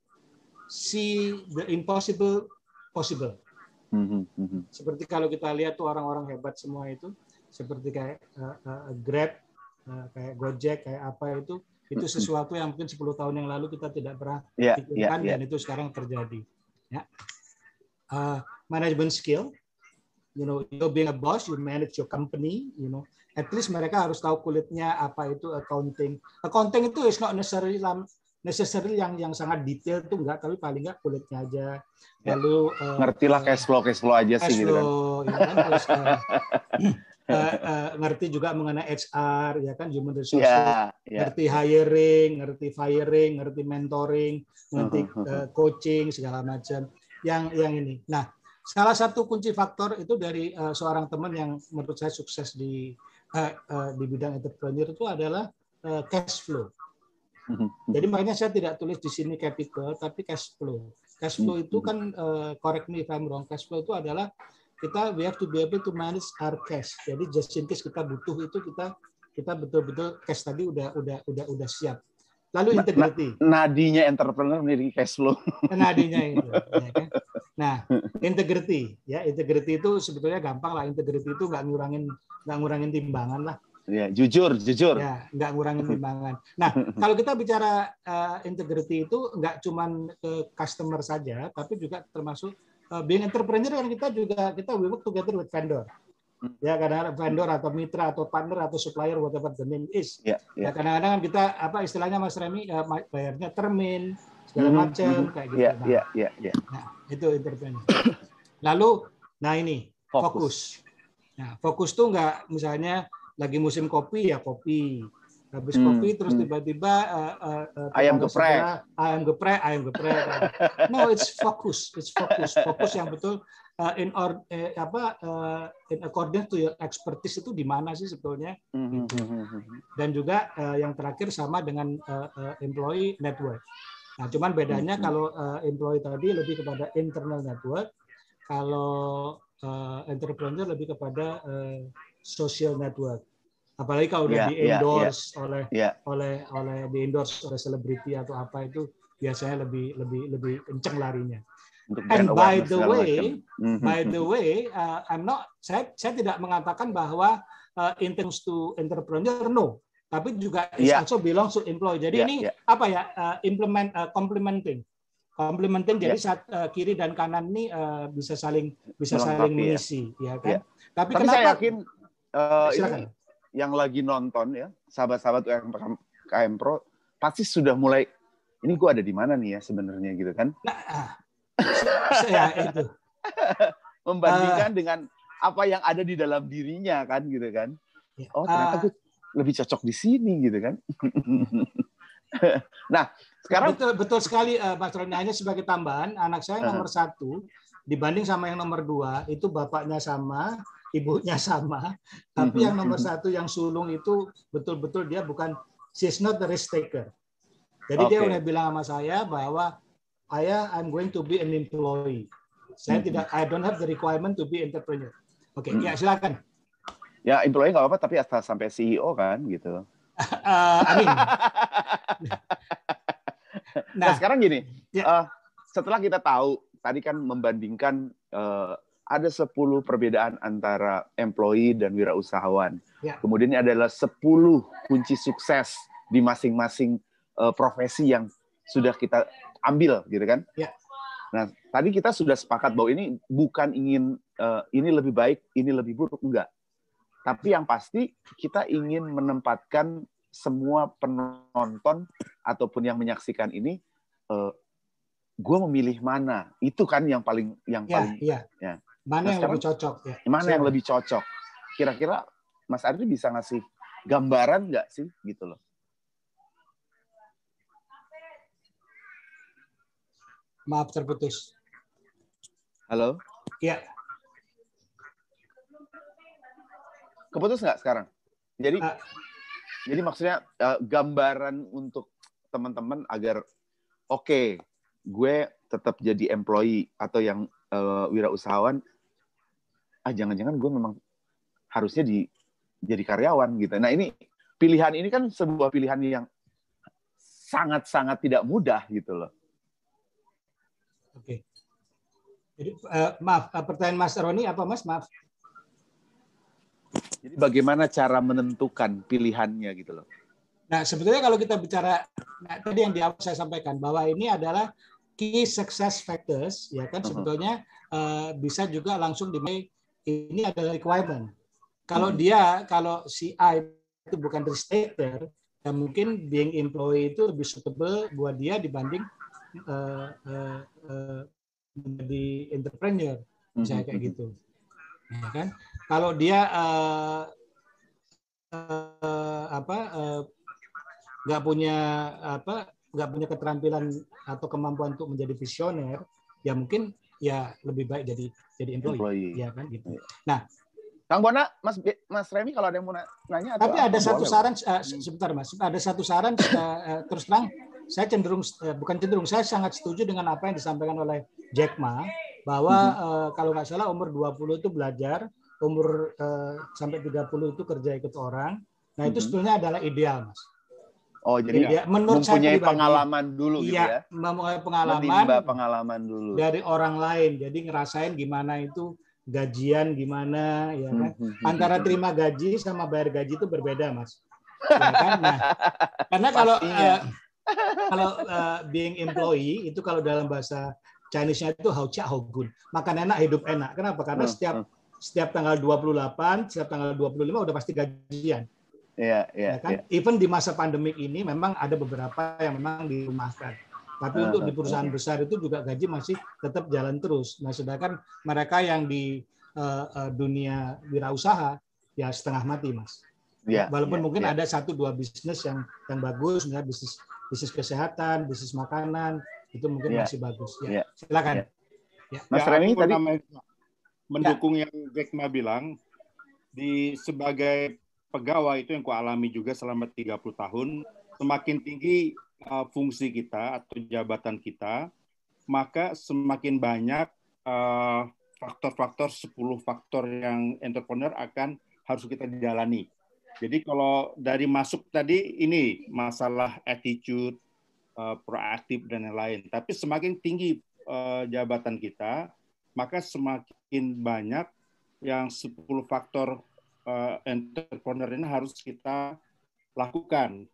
see the impossible possible. Mm-hmm. Seperti kalau kita lihat tuh orang-orang hebat semua itu. Seperti kayak uh, uh, Grab, uh, kayak Gojek, kayak apa itu, itu sesuatu yang mungkin sepuluh tahun yang lalu kita tidak pernah yeah, pikirkan yeah, dan yeah. itu sekarang terjadi. Ya. Uh, management skill, you know, you being a boss, you manage your company, you know, at least mereka harus tahu kulitnya apa itu accounting. Accounting itu is not necessarily necessarily yang yang sangat detail tuh enggak, tapi paling enggak kulitnya aja. Lalu uh, ngertilah cash flow cash flow aja cash sih flow, gitu kan. Ya kan terus, uh, Uh, uh, ngerti juga mengenai H R, ya kan, human resources, yeah, yeah. ngerti hiring, ngerti firing, ngerti mentoring, ngerti uh, coaching segala macam. Yang yang ini. Nah, salah satu kunci faktor itu dari uh, seorang teman yang menurut saya sukses di uh, uh, di bidang entrepreneur itu adalah uh, cash flow. Jadi makanya saya tidak tulis di sini capital, tapi cash flow. Cash flow itu kan, uh, correct me if I'm wrong, cash flow itu adalah kita we have to be able to manage our cash. Jadi just in case kita butuh itu kita kita betul-betul cash tadi udah udah udah udah siap. Lalu integrity. Nadinya entrepreneur memiliki cash flow. Nadinya itu. Ya kan? Nah, integrity ya, integrity itu sebetulnya gampang lah. Integrity itu nggak ngurangin nggak ngurangin timbangan lah. Ya, jujur, jujur. Ya, nggak ngurangin timbangan. Nah, kalau kita bicara uh, integrity itu nggak cuman ke customer saja, tapi juga termasuk Uh, being entrepreneur kan kita juga kita we work together with vendor, ya kadang-kadang vendor atau mitra atau partner atau supplier whatever the name is. Yeah, yeah. Ya kadang-kadang kita apa istilahnya Mas Remi uh, bayarnya termin segala mm-hmm. macam mm-hmm. kayak gitu. Yeah, nah, yeah, yeah, yeah. nah itu entrepreneur. Lalu, nah ini fokus. fokus. Nah fokus tuh nggak misalnya lagi musim kopi ya kopi. Habis hmm, kopi terus tiba-tiba uh, uh, ayam geprek, ayam geprek, ayam geprek. No, it's focus, it's focus, fokus yang betul uh, in or eh, apa uh, in according to your expertise itu di mana sih sebetulnya. Hmm, gitu. Dan juga uh, yang terakhir sama dengan uh, uh, employee network. Nah, cuman bedanya hmm, kalau uh, employee tadi lebih kepada internal network, kalau uh, entrepreneur lebih kepada uh, social network. Apalagi kalau udah yeah, di endorse yeah, oleh yeah. oleh oleh di endorse oleh selebriti atau apa itu biasanya lebih lebih lebih kenceng larinya. Untuk And by the way, mm-hmm. by the way, uh, I'm not saya saya tidak mengatakan bahwa uh, in terms to entrepreneur no, tapi juga it yeah. also belongs to employee. Jadi yeah, ini yeah. apa ya uh, implement uh, complementing. Complementing, jadi Ya. saat, uh, kiri dan kanan ini uh, bisa saling bisa Melengkapi, saling ya. mengisi, ya kan? Ya. Tapi, Tapi kenapa? saya yakin uh, Silakan. ini yang lagi nonton ya, sahabat-sahabat U M K M Pro pasti sudah mulai, ini gue ada di mana nih ya sebenarnya gitu kan? Nah, saya itu membandingkan uh, dengan apa yang ada di dalam dirinya kan gitu kan? Oh ternyata uh, gue lebih cocok di sini gitu kan? Nah sekarang betul betul sekali, uh, Mas Roni. Hanya sebagai tambahan, anak saya yang nomor satu dibanding sama yang nomor dua itu bapaknya sama, ibunya sama, tapi yang nomor satu yang sulung itu betul-betul dia bukan, she's not the risk taker. Jadi okay. Dia udah bilang sama saya bahwa ayah, I'm going to be an employee. Saya mm-hmm. tidak, I don't have the requirement to be entrepreneur. Oke, okay, mm-hmm. ya silakan. Ya employee nggak apa-apa, tapi asal sampai C E O kan gitu. uh, amin. Nah, nah sekarang gini, ya. uh, setelah kita tahu tadi kan membandingkan uh, ada sepuluh perbedaan antara employee dan wirausahawan. Ya. Kemudian ini adalah sepuluh kunci sukses di masing-masing uh, profesi yang sudah kita ambil, gitu kan? Ya. Nah, tadi kita sudah sepakat bahwa ini bukan ingin uh, ini lebih baik, ini lebih buruk, enggak. Tapi yang pasti kita ingin menempatkan semua penonton ataupun yang menyaksikan ini, uh, gue memilih mana, itu kan yang paling yang ya, paling ya. Ya. Mana nah, yang sekarang, lebih cocok? Ya. Mana Siapa? yang lebih cocok? Kira-kira Mas Adri bisa ngasih gambaran nggak sih, gitu loh? Maaf terputus. Halo? Iya. Keputus nggak sekarang? Jadi, uh. jadi maksudnya uh, gambaran untuk teman-teman agar oke, okay, gue tetap jadi employee atau yang uh, wirausahawan, ah jangan-jangan gue memang harusnya di jadi karyawan gitu. Nah ini pilihan ini kan sebuah pilihan yang sangat-sangat tidak mudah gitu loh. Oke. Jadi uh, maaf, pertanyaan Mas Roni apa Mas? Maaf. Jadi bagaimana cara menentukan pilihannya gitu loh. Nah, sebetulnya kalau kita bicara, nah, tadi yang di awal saya sampaikan bahwa ini adalah key success factors, ya kan, uh-huh. sebetulnya uh, bisa juga langsung dimulai, ini adalah requirement. Kalau uh-huh. dia, kalau si A itu bukan risk taker, ya mungkin being employee itu lebih suitable buat dia dibanding uh, uh, uh, menjadi entrepreneur, misalnya uh-huh. kayak gitu. Ya kan? Kalau dia uh, uh, apa uh, nggak punya apa nggak punya keterampilan atau kemampuan untuk menjadi visioner, ya mungkin ya lebih baik jadi jadi employee, employee. Ya kan gitu. Nah, Kang Bona, Mas Mas Remi kalau ada yang mau nanya, tapi ada satu saran, uh, sebentar Mas, ada satu saran uh, terus terang saya cenderung uh, bukan cenderung saya sangat setuju dengan apa yang disampaikan oleh Jack Ma bahwa mm-hmm. uh, kalau nggak salah umur dua puluh itu belajar, umur uh, sampai tiga puluh itu kerja ikut orang. Nah, itu mm-hmm. sebetulnya adalah ideal, Mas. Oh, jadi dia, menurut mempunyai saya pengalaman dulu iya, gitu ya. Mempunyai pengalaman, menimba pengalaman dulu dari orang lain. Jadi ngerasain gimana itu gajian gimana ya kan. Mm-hmm. Antara terima gaji sama bayar gaji itu berbeda, Mas. Ya kan? Nah, karena kalau uh, kalau uh, being employee itu kalau dalam bahasa Chinese-nya itu hao jia hao gun. Makan enak, hidup enak. Kenapa? Karena setiap setiap tanggal dua puluh delapan, setiap tanggal dua puluh lima udah pasti gajian. Iya, iya, ya kan? Ya. Even di masa pandemik ini memang ada beberapa yang memang dirumahkan. Tapi uh, untuk di perusahaan uh, besar itu juga gaji masih tetap jalan terus. Nah, sedangkan mereka yang di uh, uh, dunia wirausaha ya setengah mati, Mas. Ya, Walaupun ya, mungkin ya. ada satu dua bisnis yang yang bagus, misalnya bisnis bisnis kesehatan, bisnis makanan, itu mungkin ya. masih bagus. Ya, ya. Silakan. Ya. Ya. Mas ya, Remi tadi mendukung ya. yang Jack Ma bilang, di sebagai pegawai itu yang ku alami juga selama tiga puluh tahun, semakin tinggi uh, fungsi kita atau jabatan kita, maka semakin banyak uh, faktor-faktor, sepuluh faktor yang entrepreneur akan harus kita jalani. Jadi kalau dari masuk tadi ini masalah attitude, uh, proaktif dan lain-lain. Tapi semakin tinggi uh, jabatan kita, maka semakin banyak yang sepuluh faktor uh, entrepreneur ini harus kita lakukan.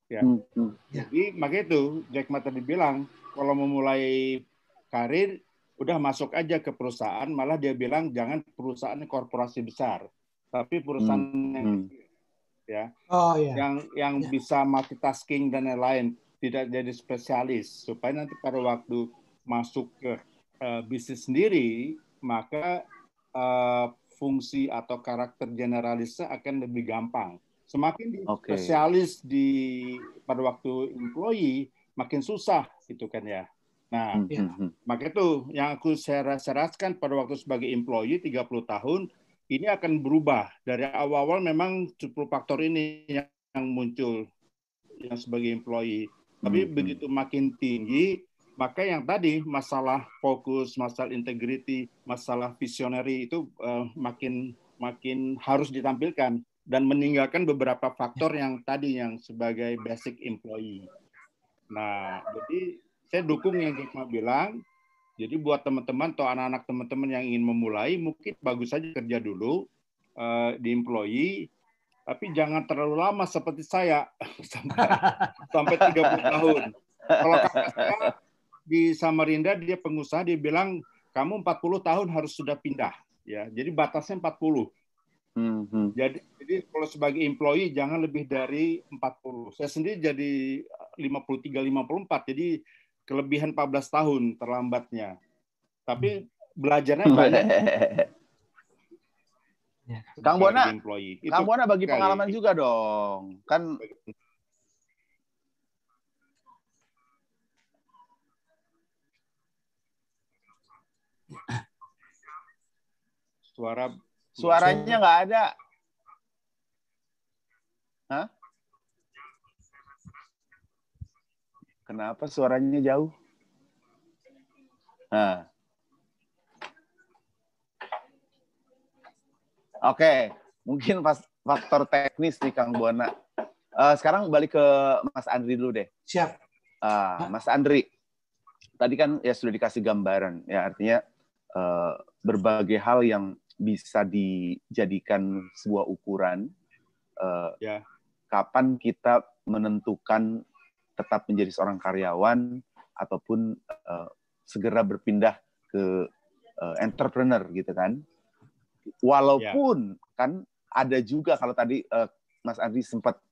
Ya. Hmm, hmm. Jadi makanya itu Jack Ma tadi bilang kalau memulai karir udah masuk aja ke perusahaan, malah dia bilang jangan perusahaan korporasi besar, tapi perusahaan hmm. yang ya, oh, yeah. yang yang yeah. bisa multitasking dan lain-lain, tidak jadi spesialis supaya nanti pada waktu masuk ke uh, bisnis sendiri maka uh, fungsi atau karakter generalisnya akan lebih gampang. Semakin di okay. spesialis di pada waktu employee makin susah gitu kan ya. Nah, ya. Maka itu yang aku seraskan pada waktu sebagai employee tiga puluh tahun ini akan berubah. Dari awal-awal memang sepuluh faktor ini yang, yang muncul yang sebagai employee. Tapi hmm. begitu makin tinggi, maka yang tadi masalah fokus, masalah integrity, masalah visionary itu uh, makin makin harus ditampilkan. Dan meninggalkan beberapa faktor yang tadi yang sebagai basic employee. Nah, jadi saya dukung yang Jack Ma bilang. Jadi buat teman-teman atau anak-anak teman-teman yang ingin memulai, mungkin bagus saja kerja dulu uh, di employee, tapi jangan terlalu lama seperti saya sampai sampai tiga puluh tahun. Kalau kakak saya di Samarinda dia pengusaha, dia bilang kamu empat puluh tahun harus sudah pindah. Ya, jadi batasnya empat puluh. Hmm. Jadi, jadi kalau sebagai employee jangan lebih dari empat puluh. Saya sendiri jadi lima puluh tiga, lima puluh empat. Jadi kelebihan empat belas tahun terlambatnya. Tapi belajarnya banyak. Kang Bona, Kang Bona bagi kali. Pengalaman juga dong. Kan suara Suaranya nggak ada. Hah? Kenapa suaranya jauh? Nah. Oke, mungkin pas faktor teknis nih Kang Bona. Uh, sekarang balik ke Mas Andri dulu deh. Siap. Uh, Mas Andri, tadi kan ya sudah dikasih gambaran, ya artinya uh, berbagai hal yang bisa dijadikan sebuah ukuran uh, ya. Kapan kita menentukan tetap menjadi seorang karyawan ataupun uh, segera berpindah ke uh, entrepreneur gitu kan. Walaupun ya. Kan ada juga kalau tadi uh, Mas Andri sempat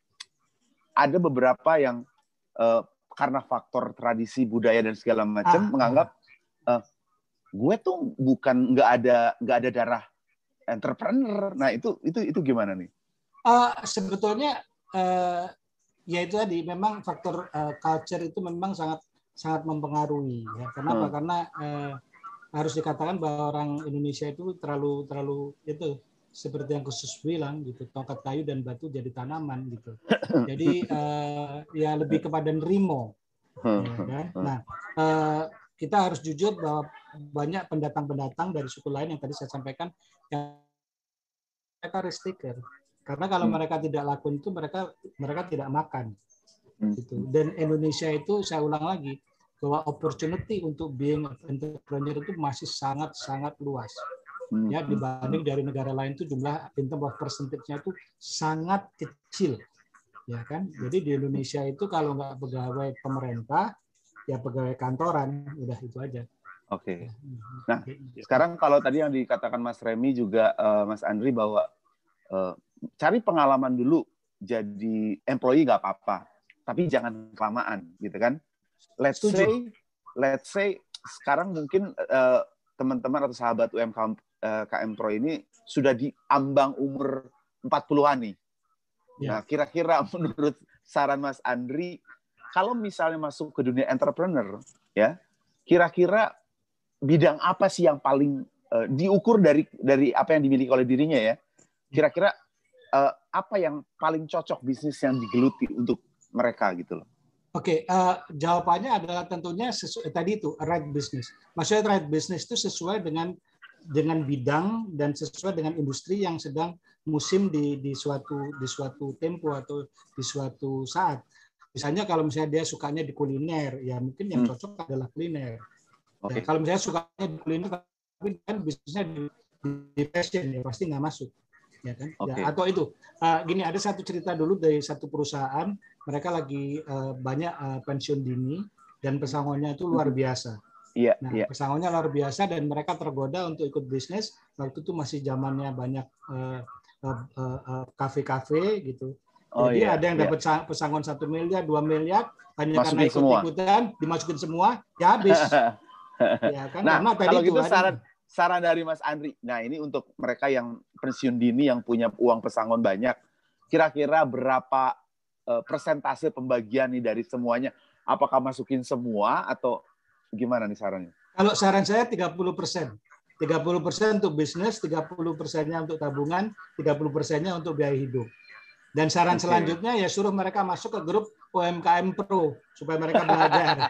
ada beberapa yang uh, karena faktor tradisi budaya dan segala macam ah, menganggap uh, gue tuh bukan nggak ada nggak ada darah entrepreneur. Nah itu itu itu gimana nih? Uh, sebetulnya uh, ya itu tadi memang faktor uh, culture itu memang sangat sangat mempengaruhi. Ya. Kenapa? Hmm. Karena uh, harus dikatakan bahwa orang Indonesia itu terlalu terlalu itu seperti yang khusus bilang gitu, tongkat kayu dan batu jadi tanaman gitu. Jadi uh, ya lebih kepada nerimo. Ya, kan? Nah uh, kita harus jujur bahwa banyak pendatang-pendatang dari suku lain yang tadi saya sampaikan yang mereka risk taker. Karena kalau hmm. mereka tidak lakukan itu mereka mereka tidak makan. Hmm. Gitu. Dan Indonesia itu saya ulang lagi bahwa opportunity untuk being entrepreneur itu masih sangat-sangat luas. Hmm. Ya dibanding dari negara lain itu jumlah in terms of percentage-nya itu sangat kecil. Ya kan? Jadi di Indonesia itu kalau nggak pegawai pemerintah ya pegawai kantoran, udah itu aja. Oke. Nah, sekarang kalau tadi yang dikatakan Mas Remy juga uh, Mas Andri bahwa uh, cari pengalaman dulu jadi employee nggak apa-apa, tapi jangan kelamaan, gitu kan? Let's Setuju. say, let's say sekarang mungkin uh, teman-teman atau sahabat U M K M, uh, K M Pro ini sudah di ambang umur empat puluhan nih. Ya. Nah, kira-kira menurut saran Mas Andri, kalau misalnya masuk ke dunia entrepreneur, ya, kira-kira bidang apa sih yang paling uh, diukur dari dari apa yang dimiliki oleh dirinya ya? Kira-kira uh, apa yang paling cocok bisnis yang digeluti untuk mereka gitu loh? Oke, okay, uh, jawabannya adalah tentunya sesuai tadi itu right business. Maksudnya right business itu sesuai dengan dengan bidang dan sesuai dengan industri yang sedang musim di di suatu di suatu tempo atau di suatu saat. Misalnya kalau misalnya dia sukanya di kuliner, ya mungkin yang cocok hmm. adalah kuliner. Okay. Ya, kalau misalnya sukanya di kuliner, tapi kan bisnisnya di, di fashion, ya pasti nggak masuk. ya kan? Okay. Ya, atau itu uh, gini, ada satu cerita dulu dari satu perusahaan, mereka lagi uh, banyak uh, pensiun dini dan pesangonnya itu luar biasa. Iya, nah, iya. pesangonnya luar biasa dan mereka tergoda untuk ikut bisnis. Waktu itu masih zamannya banyak uh, uh, uh, uh, kafe-kafe gitu. Oh, Jadi iya, ada yang iya. dapat pesangon satu miliar, dua miliar, hanya Masukin karena ikut-ikutan, dimasukin semua, ya habis. Ya kan? Nah, Karena tadi kalau gitu Tuhan, saran saran dari Mas Andri. Nah, ini untuk mereka yang pensiun dini yang punya uang pesangon banyak, kira-kira berapa uh, persentase pembagian nih dari semuanya? Apakah masukin semua atau gimana nih sarannya? Kalau saran saya tiga puluh persen. tiga puluh persen untuk bisnis, tiga puluh persennya untuk tabungan, tiga puluh persennya untuk biaya hidup. Dan saran okay. selanjutnya ya suruh mereka masuk ke grup U M K M Pro supaya mereka belajar.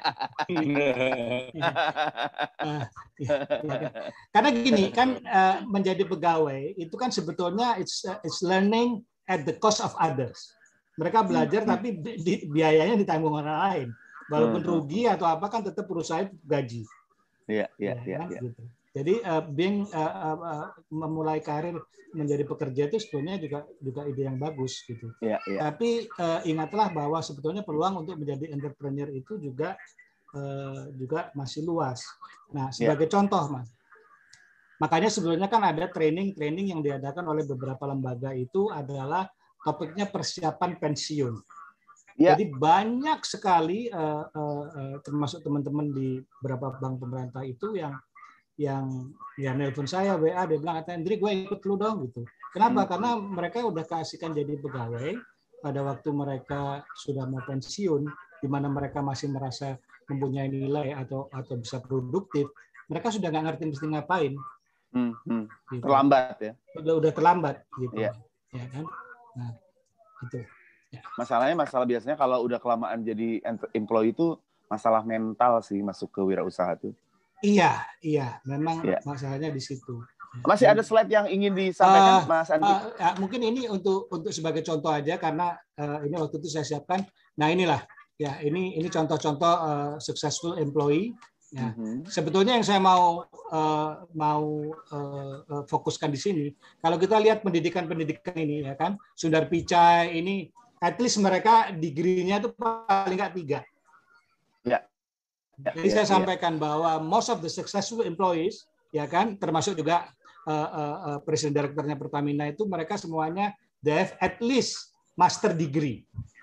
uh, ya, ya kan. Karena gini kan uh, menjadi pegawai itu kan sebetulnya it's uh, it's learning at the cost of others. Mereka belajar hmm. tapi di, biayanya ditanggung orang lain. Walaupun hmm. rugi atau apa kan tetap perusahaan gaji. Iya, iya, iya. Kan? Gitu. Jadi uh, being uh, uh, memulai karir menjadi pekerja itu sebetulnya juga juga ide yang bagus gitu. Ya, ya. Tapi uh, ingatlah bahwa sebetulnya peluang untuk menjadi entrepreneur itu juga uh, juga masih luas. Nah, sebagai ya. contoh, Mas. Makanya sebetulnya kan ada training-training yang diadakan oleh beberapa lembaga itu adalah topiknya persiapan pensiun. Ya. Jadi banyak sekali uh, uh, uh, termasuk teman-teman di beberapa bank pemerintah itu yang yang ya nelpon saya W A, dia bilang, Andri gue ikut lu dong gitu. Kenapa? Hmm. Karena mereka udah keasikan jadi pegawai pada waktu mereka sudah mau pensiun, di mana mereka masih merasa mempunyai nilai atau atau bisa produktif, mereka sudah nggak ngerti mesti ngapain. Hmm. Hmm. Gitu. Terlambat ya? Udah udah terlambat gitu. Ya, ya kan? Nah itu. Ya. Masalahnya masalah biasanya kalau udah kelamaan jadi employee itu masalah mental sih masuk ke wirausaha tuh. Iya, iya, memang ya. masalahnya di situ. Masih ada slide yang ingin disampaikan, uh, Mas Andri? Uh, ya, mungkin ini untuk untuk sebagai contoh aja karena uh, ini waktu itu saya siapkan. Nah inilah, ya ini ini contoh-contoh uh, successful employee. Ya. Mm-hmm. Sebetulnya yang saya mau uh, mau uh, fokuskan di sini, kalau kita lihat pendidikan-pendidikan ini, ya kan, Sundar Pichai ini, at least mereka degree-nya itu paling nggak tiga. Ya. Ya, Jadi ya, saya ya. sampaikan bahwa most of the successful employees, ya kan, termasuk juga uh, uh, uh, presiden direkturnya Pertamina itu mereka semuanya they have at least master degree.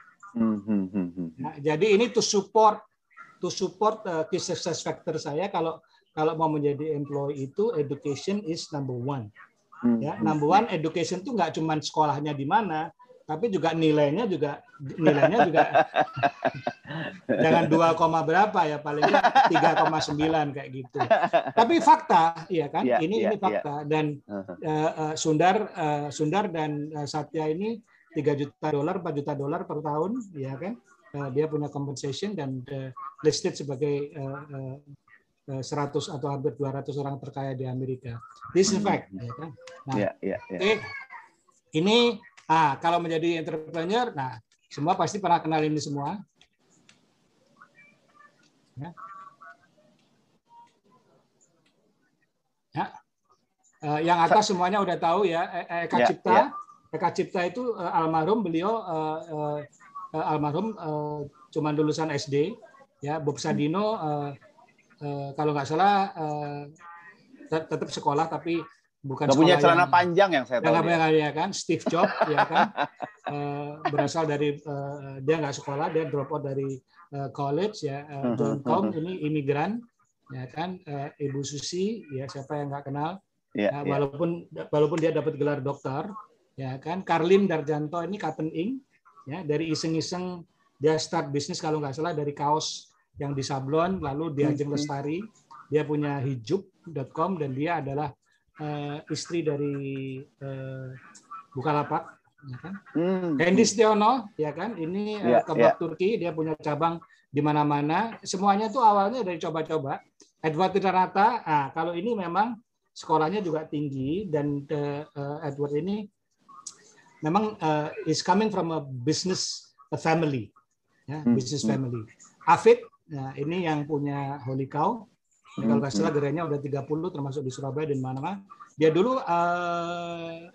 Mm-hmm. Nah, jadi ini to support to support uh, key success factor saya kalau kalau mau menjadi employee itu education is number one. Mm-hmm. Ya, number one education itu nggak cuma sekolahnya di mana, tapi juga nilainya juga nilainya juga jangan dua, berapa ya, paling nggak tiga koma sembilan kayak gitu. Tapi fakta, ya kan? Yeah, ini yeah, ini fakta yeah. Dan uh, uh, Sundar uh, Sundar dan uh, Satya ini tiga juta dolar, empat juta dolar per tahun, ya kan? Uh, dia punya compensation dan uh, listed sebagai uh, uh, seratus atau hampir dua ratus orang terkaya di Amerika. This is fact, ya kan? Nah, yeah, yeah, yeah. Okay. Ini ah kalau menjadi entrepreneur, nah semua pasti pernah kenal ini semua. Ya. Ya. Uh, yang atas semuanya udah tahu ya, Eka ya, Cipta. Ya. Eka Cipta itu uh, almarhum, beliau uh, uh, uh, almarhum uh, cuma lulusan S D. Ya, Bob Sadino uh, uh, kalau nggak salah uh, tetap sekolah tapi bukan nggak punya celana yang, panjang yang saya tahu. Yang punya ya kan, Steve Jobs ya kan, uh, berasal dari uh, dia nggak sekolah, dia drop out dari uh, college ya. Uh, John Tom ini imigran ya kan, uh, Ibu Susi ya siapa yang nggak kenal. Yeah, nah, yeah. Walaupun walaupun dia dapat gelar dokter ya kan. Karlin Darjanto ini Kapten Ink ya, dari iseng-iseng dia start bisnis kalau nggak salah dari kaos yang disablon, lalu dia Ajeng Lestari, dia punya hijab dot com dan dia adalah Uh, istri dari uh, Bukalapak, ya kan? Hmm. Hendy Stiono, ya kan? Ini uh, yeah, kebab yeah. Turki, dia punya cabang di mana-mana. Semuanya itu awalnya dari coba-coba. Edward Tirtanata, nah, kalau ini memang sekolahnya juga tinggi dan uh, uh, Edward ini memang uh, is coming from a business a family, ya, hmm. business family. Afid, nah, ini yang punya Holy Cow. Ini kalau nggak salah gerainya udah tiga puluh termasuk di Surabaya dan mana-mana. Dia dulu uh,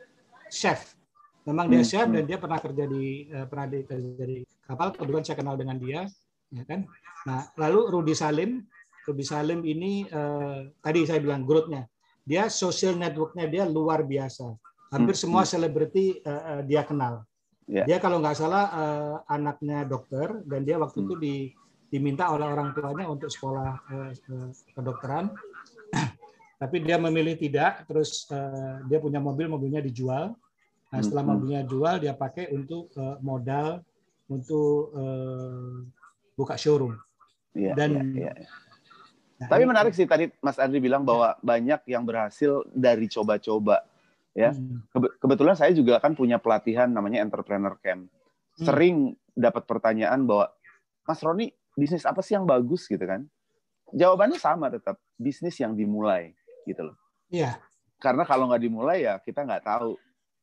chef. Memang dia Hmm, chef hmm. dan dia pernah kerja di uh, pernah di, kerja di kapal. Kebetulan saya kenal dengan dia, ya kan. Nah, lalu Rudy Salim, Rudy Salim ini uh, tadi saya bilang growth-nya. Dia social network-nya dia luar biasa. Hampir Hmm, semua hmm. selebriti uh, uh, dia kenal. Ya. Dia kalau nggak salah uh, anaknya dokter dan dia waktu Hmm. itu di, diminta oleh orang tuanya untuk sekolah uh, uh, kedokteran. Tapi dia memilih tidak, terus uh, dia punya mobil, mobilnya dijual. Nah, setelah Hmm, hmm. mobilnya jual, dia pakai untuk uh, modal untuk uh, buka showroom. Iya, Dan iya, iya. nah, Tapi ini- menarik sih tadi Mas Andri bilang bahwa banyak yang berhasil dari coba-coba. Ya, Hmm. Kebe- kebetulan saya juga kan punya pelatihan namanya Entrepreneur Camp. Hmm. Sering dapat pertanyaan bahwa Mas Roni, bisnis apa sih yang bagus gitu kan? Jawabannya sama tetap, bisnis yang dimulai gitu loh. Iya. Karena kalau nggak dimulai ya kita nggak tahu.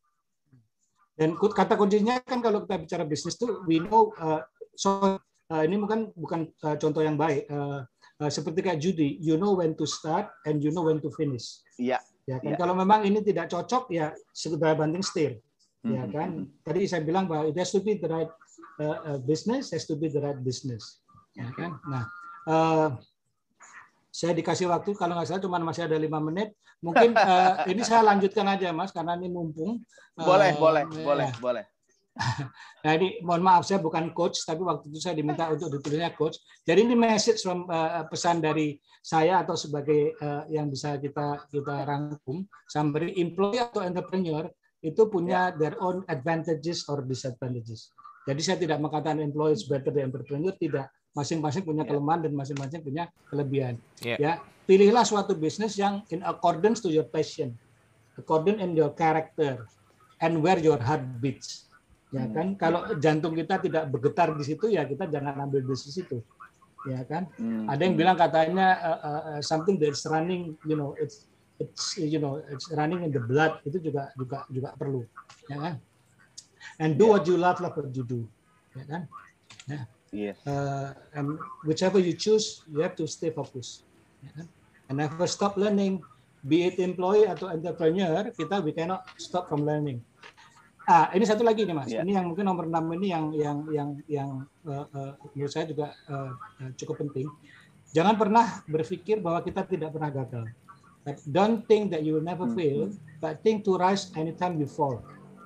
Dan ku- kata kuncinya kan kalau kita bicara bisnis tuh we know uh, so uh, ini bukan bukan uh, contoh yang baik. Uh, uh, seperti kayak judi, you know when to start and you know when to finish. Iya. Ya kan, Iya. kalau memang ini tidak cocok ya sekedar banting setir. Ya Mhm, kan, mhm. tadi saya bilang bahwa it has to be the right uh, uh, business, has to be the right business. Ya kan. Nah, uh, saya dikasih waktu kalau nggak salah cuma masih ada lima menit. Mungkin uh, ini saya lanjutkan aja Mas karena ini mumpung. Boleh, Uh, boleh, ya. boleh, boleh. Nah ini mohon maaf saya bukan coach tapi waktu itu saya diminta untuk ditulisnya coach. Jadi ini message from, uh, pesan dari saya atau sebagai uh, yang bisa kita kita rangkum. Summary, employee atau entrepreneur itu punya yeah. their own advantages or disadvantages. Jadi saya tidak mengatakan employee is better than entrepreneur, tidak. Masing-masing punya Yeah. kelemahan dan masing-masing punya kelebihan. Yeah. Ya, pilihlah suatu bisnis yang in accordance to your passion, according in your character, and where your heart beats. Ya kan, kalau jantung kita tidak bergetar di situ ya kita jangan ambil bisnis itu. Ya kan? Hmm. Ada yang bilang katanya uh, uh, something that's running, you know, it's it's you know, it's running in the blood, itu juga juga juga perlu, ya kan? And do Yeah. what you love, love what you do. Ya kan? Ya. Yes. Uh, and whichever you choose, you have to stay focused. Ya kan? And never stop learning, be it employee atau entrepreneur, kita we cannot stop from learning. Ah, ini satu lagi nih Mas. Yeah. Ini yang mungkin nomor enam ini yang yang yang yang uh, uh, menurut saya juga uh, cukup penting. Jangan pernah berpikir bahwa kita tidak pernah gagal. But don't think that you will never fail, but think to rise anytime you fall.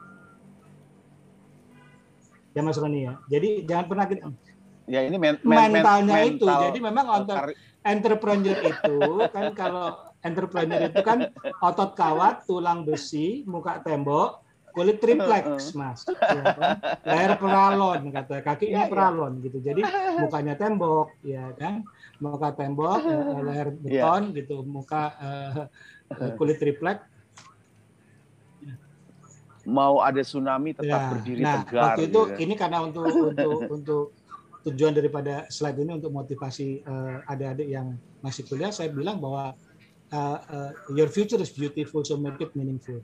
Ya Mas Roni ya. Jadi jangan pernah kita, Ya ini men, men, mentalnya men, itu. mental, Jadi memang untuk entrepreneur itu kan kalau entrepreneur itu kan otot kawat, tulang besi, muka tembok, kulit tripleks, Mas. Ya, kan? Leher peralon, kata kakinya peralon gitu. Jadi mukanya tembok, ya kan? Muka tembok, leher beton yeah. gitu, muka uh, kulit triplek. Mau ada tsunami tetap ya, berdiri nah, tegar. Waktu itu gitu. ini karena untuk untuk untuk tujuan daripada slide ini untuk motivasi uh, adik-adik yang masih kuliah, saya bilang bahwa uh, uh, your future is beautiful, so make it meaningful.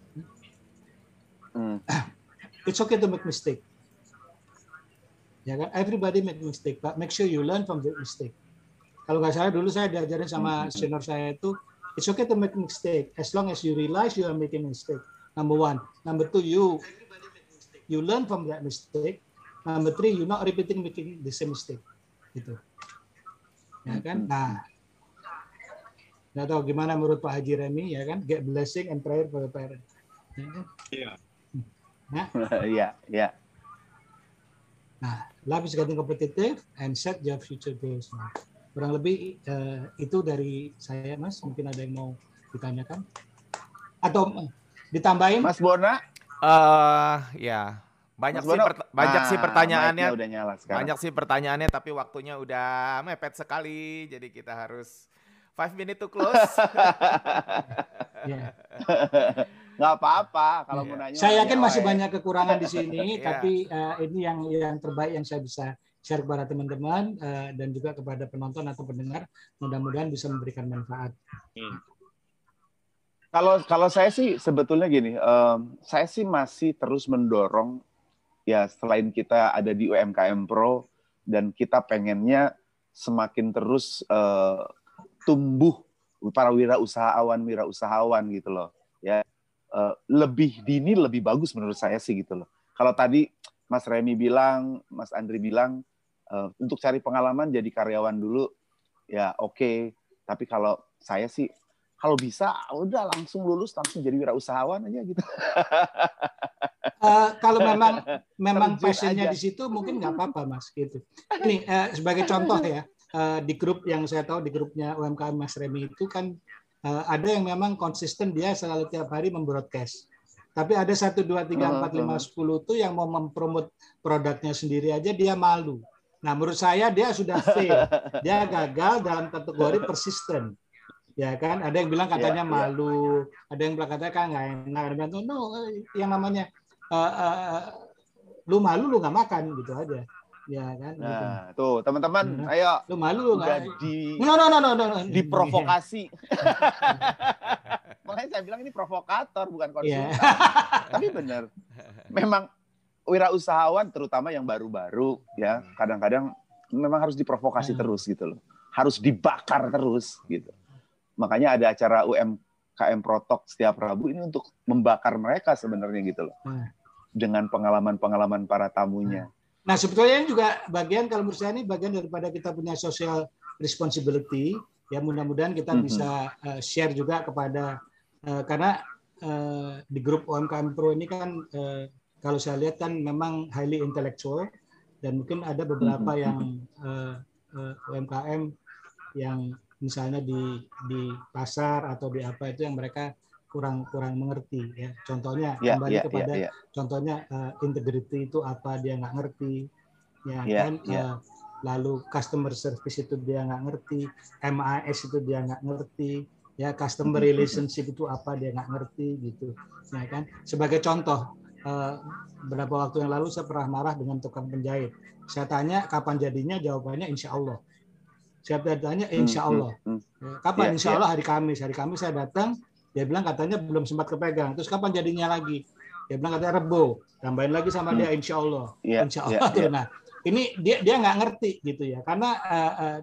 Hmm. It's okay to make mistake. Ya kan, everybody make mistake, but make sure you learn from the mistake. Kalau nggak salah dulu saya diajarin sama senior saya itu, it's okay to make mistake as long as you realize you are making mistake. Number one, number two, you you learn from that mistake. Number three, you not repeating making the same mistake. Gitu. Ya kan? Nah, nggak tahu gimana menurut Pak Haji Remi, ya kan? Get blessing and prayer for the parent. Iya. Nah, iya, iya. Nah, life is getting competitive and set your future goals. Nah, kurang lebih uh, itu dari saya, Mas. Mungkin ada yang mau ditanyakan atau uh, ditambahin? Mas Bona? Uh, ya, banyak Mas sih per, banyak nah, sih pertanyaannya. Udah nyala banyak sih pertanyaannya, tapi waktunya udah mepet sekali, jadi kita harus five minute to close. yeah. Nggak apa-apa kalau yeah. mau nanya. Saya yakin masih banyak kekurangan di sini, yeah. tapi uh, ini yang yang terbaik yang saya bisa share kepada teman-teman uh, dan juga kepada penonton atau pendengar. Mudah-mudahan bisa memberikan manfaat. Hmm. Kalau kalau saya sih sebetulnya gini, um, saya sih masih terus mendorong ya selain kita ada di U M K M Pro dan kita pengennya semakin terus uh, tumbuh para wirausahawan wirausahawan gitu loh ya. uh, lebih dini lebih bagus menurut saya sih gitu loh. Kalau tadi Mas Remy bilang, Mas Andri bilang uh, untuk cari pengalaman jadi karyawan dulu, ya oke. Okay. Tapi kalau saya sih kalau bisa udah langsung lulus langsung jadi wirausahawan aja gitu. Uh, kalau memang memang passionnya di situ mungkin nggak apa-apa Mas gitu. Ini uh, sebagai contoh ya, uh, di grup yang saya tahu di grupnya U M K M Mas Remy itu kan uh, ada yang memang konsisten dia selalu tiap hari membroadcast. Tapi ada satu dua tiga empat lima sepuluh tuh yang mau mempromot produknya sendiri aja dia malu. Nah menurut saya dia sudah fail, dia gagal dalam kategori persisten. Ya kan, ada yang bilang katanya ya, malu, ya. Ada yang bilang katanya kan nggak enak, ada yang bilang no, yang namanya uh, uh, lu malu lu nggak makan gitu aja, ya kan. Nah, gitu. Tuh teman-teman, nah, ayo lu malu lu nggak di no, no, no, no, no, no. diprovokasi. Makanya saya bilang ini provokator bukan konsultan. Yeah. Tapi benar, memang wirausahawan terutama yang baru-baru ya kadang-kadang memang harus diprovokasi hmm. terus gitu loh, harus dibakar terus gitu. Makanya ada acara U M K M Protalk setiap Rabu ini untuk membakar mereka sebenarnya gitu loh. Nah. Dengan pengalaman-pengalaman para tamunya. Nah, sebetulnya juga bagian kalau menurut saya ini bagian daripada kita punya social responsibility. Ya mudah-mudahan kita mm-hmm. bisa uh, share juga kepada uh, karena uh, di grup U M K M Pro ini kan uh, kalau saya lihat kan memang highly intellectual dan mungkin ada beberapa mm-hmm. yang uh, uh, U M K M yang misalnya di di pasar atau di apa itu yang mereka kurang kurang mengerti ya. Contohnya yeah, kembali yeah, kepada yeah, yeah. contohnya uh, integrity itu apa dia nggak ngerti ya yeah, kan yeah. Uh, lalu customer service itu dia nggak ngerti, M I S itu dia nggak ngerti ya, customer relationship itu apa dia nggak ngerti gitu ya kan. Sebagai contoh uh, beberapa waktu yang lalu saya pernah marah dengan tukang penjahit. Saya tanya kapan jadinya, jawabannya insya Allah. Saya tanya insya Allah. Kapan? Insya Allah hari Kamis. Hari Kamis saya datang, dia bilang katanya belum sempat kepegang. Terus kapan jadinya lagi? Dia bilang katanya Rebo. Tambahin lagi sama dia insya Allah. Insya Allah. Nah, ini dia dia nggak ngerti gitu ya. Karena uh, uh,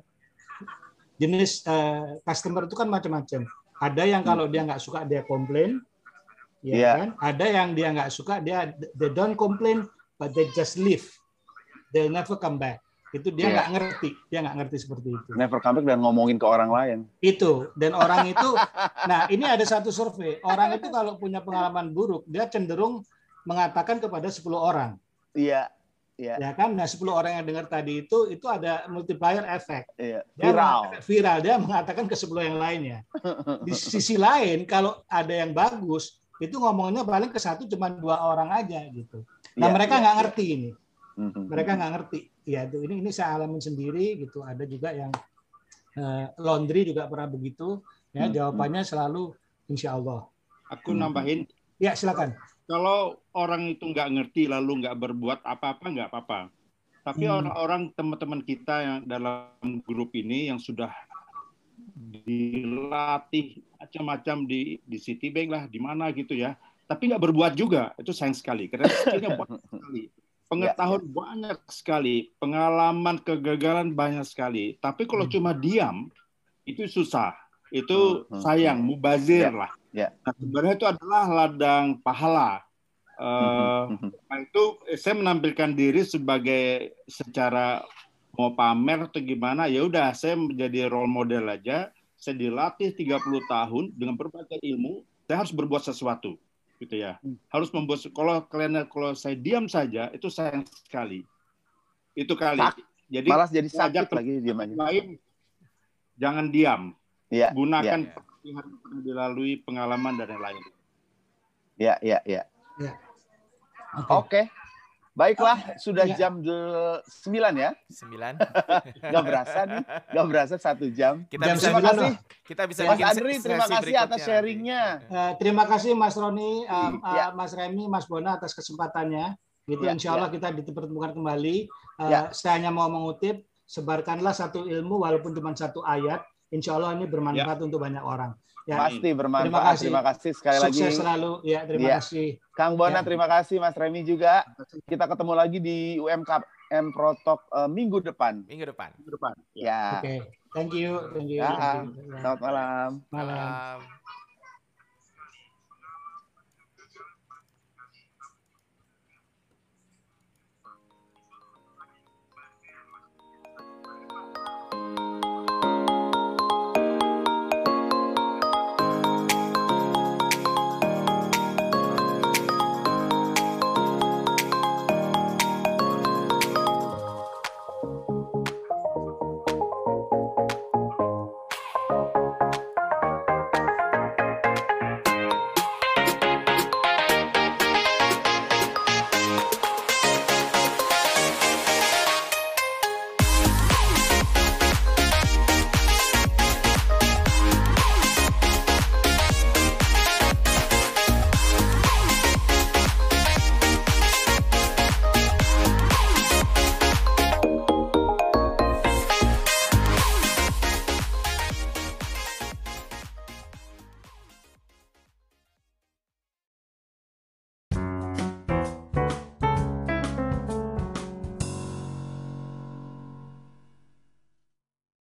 jenis uh, customer itu kan macam-macam. Ada yang kalau dia nggak suka dia komplain, ya yeah. kan? Ada yang dia nggak suka dia they don't complain but they just leave. They'll never come back. Itu dia nggak yeah. ngerti, dia nggak ngerti seperti itu. Never come back dan ngomongin ke orang lain. Itu, dan orang itu, nah ini ada satu survei, orang itu kalau punya pengalaman buruk, dia cenderung mengatakan kepada sepuluh orang. Iya, yeah. Ya kan, nah sepuluh orang yang dengar tadi itu, itu ada multiplier effect. Yeah. Viral. Dia, viral, dia mengatakan ke sepuluh yang lainnya. Di sisi lain, kalau ada yang bagus, itu ngomongnya paling ke satu cuma dua orang aja gitu. Nah yeah, mereka nggak yeah, ngerti yeah. ini. Mereka nggak ngerti. Ya, itu ini ini saya alamin sendiri gitu. Ada juga yang uh, laundry juga pernah begitu. Ya, jawabannya selalu insya Allah. Aku nambahin. Ya, silakan. Kalau orang itu nggak ngerti lalu nggak berbuat apa-apa nggak apa-apa. Tapi hmm. orang-orang teman-teman kita yang dalam grup ini yang sudah dilatih macam-macam di di Citibank lah, di mana gitu ya. Tapi nggak berbuat juga. Itu sayang sekali. Karena skillnya banyak sekali. Pengetahuan ya, ya. banyak sekali, pengalaman kegagalan banyak sekali. Tapi kalau hmm. cuma diam, itu susah. Itu hmm. sayang, mubazir ya. lah. Ya. Nah, sebenarnya itu adalah ladang pahala. Uh, hmm. Nah, itu saya menampilkan diri sebagai secara mau pamer atau gimana, ya udah saya menjadi role model aja. Saya dilatih tiga puluh tahun dengan berbagai ilmu, saya harus berbuat sesuatu. Gitu ya, harus membuat. Kalau kalian kalau saya diam saja itu sayang sekali. Itu kali. Sak, jadi malas jadi sakit lagi diam aja. Lain, jangan diam. Ya, gunakan ya. pelatihan yang dilalui, pengalaman dan lain-lain. Ya, ya, ya. ya. Oke. Okay. Okay. Baiklah, sudah ya. jam sembilan ya? sembilan. Gak berasa nih, gak berasa satu jam. Kita jam bisa terima kasih. Kita bisa Mas Andri, terima kasih atas sharingnya. Uh, terima kasih Mas Roni, uh, ya. uh, Mas Remy, Mas Bona atas kesempatannya. Gitu, ya, insya Allah ya. kita dipertemukan kembali. Uh, ya. Saya hanya mau mengutip, sebarkanlah satu ilmu walaupun cuma satu ayat. Insya Allah ini bermanfaat ya. untuk banyak orang. Ya, pasti bermanfaat. Terima kasih, terima kasih sekali Sukses lagi. Sukses selalu. Ya, terima ya. kasih. Kang Bona, ya. terima kasih. Mas Remy juga. Kita ketemu lagi di U M K M Protalk uh, minggu depan. Minggu depan. Minggu depan. Ya. Oke. Okay. Thank you. Thank you. Ya. Thank you. Selamat malam. Malam.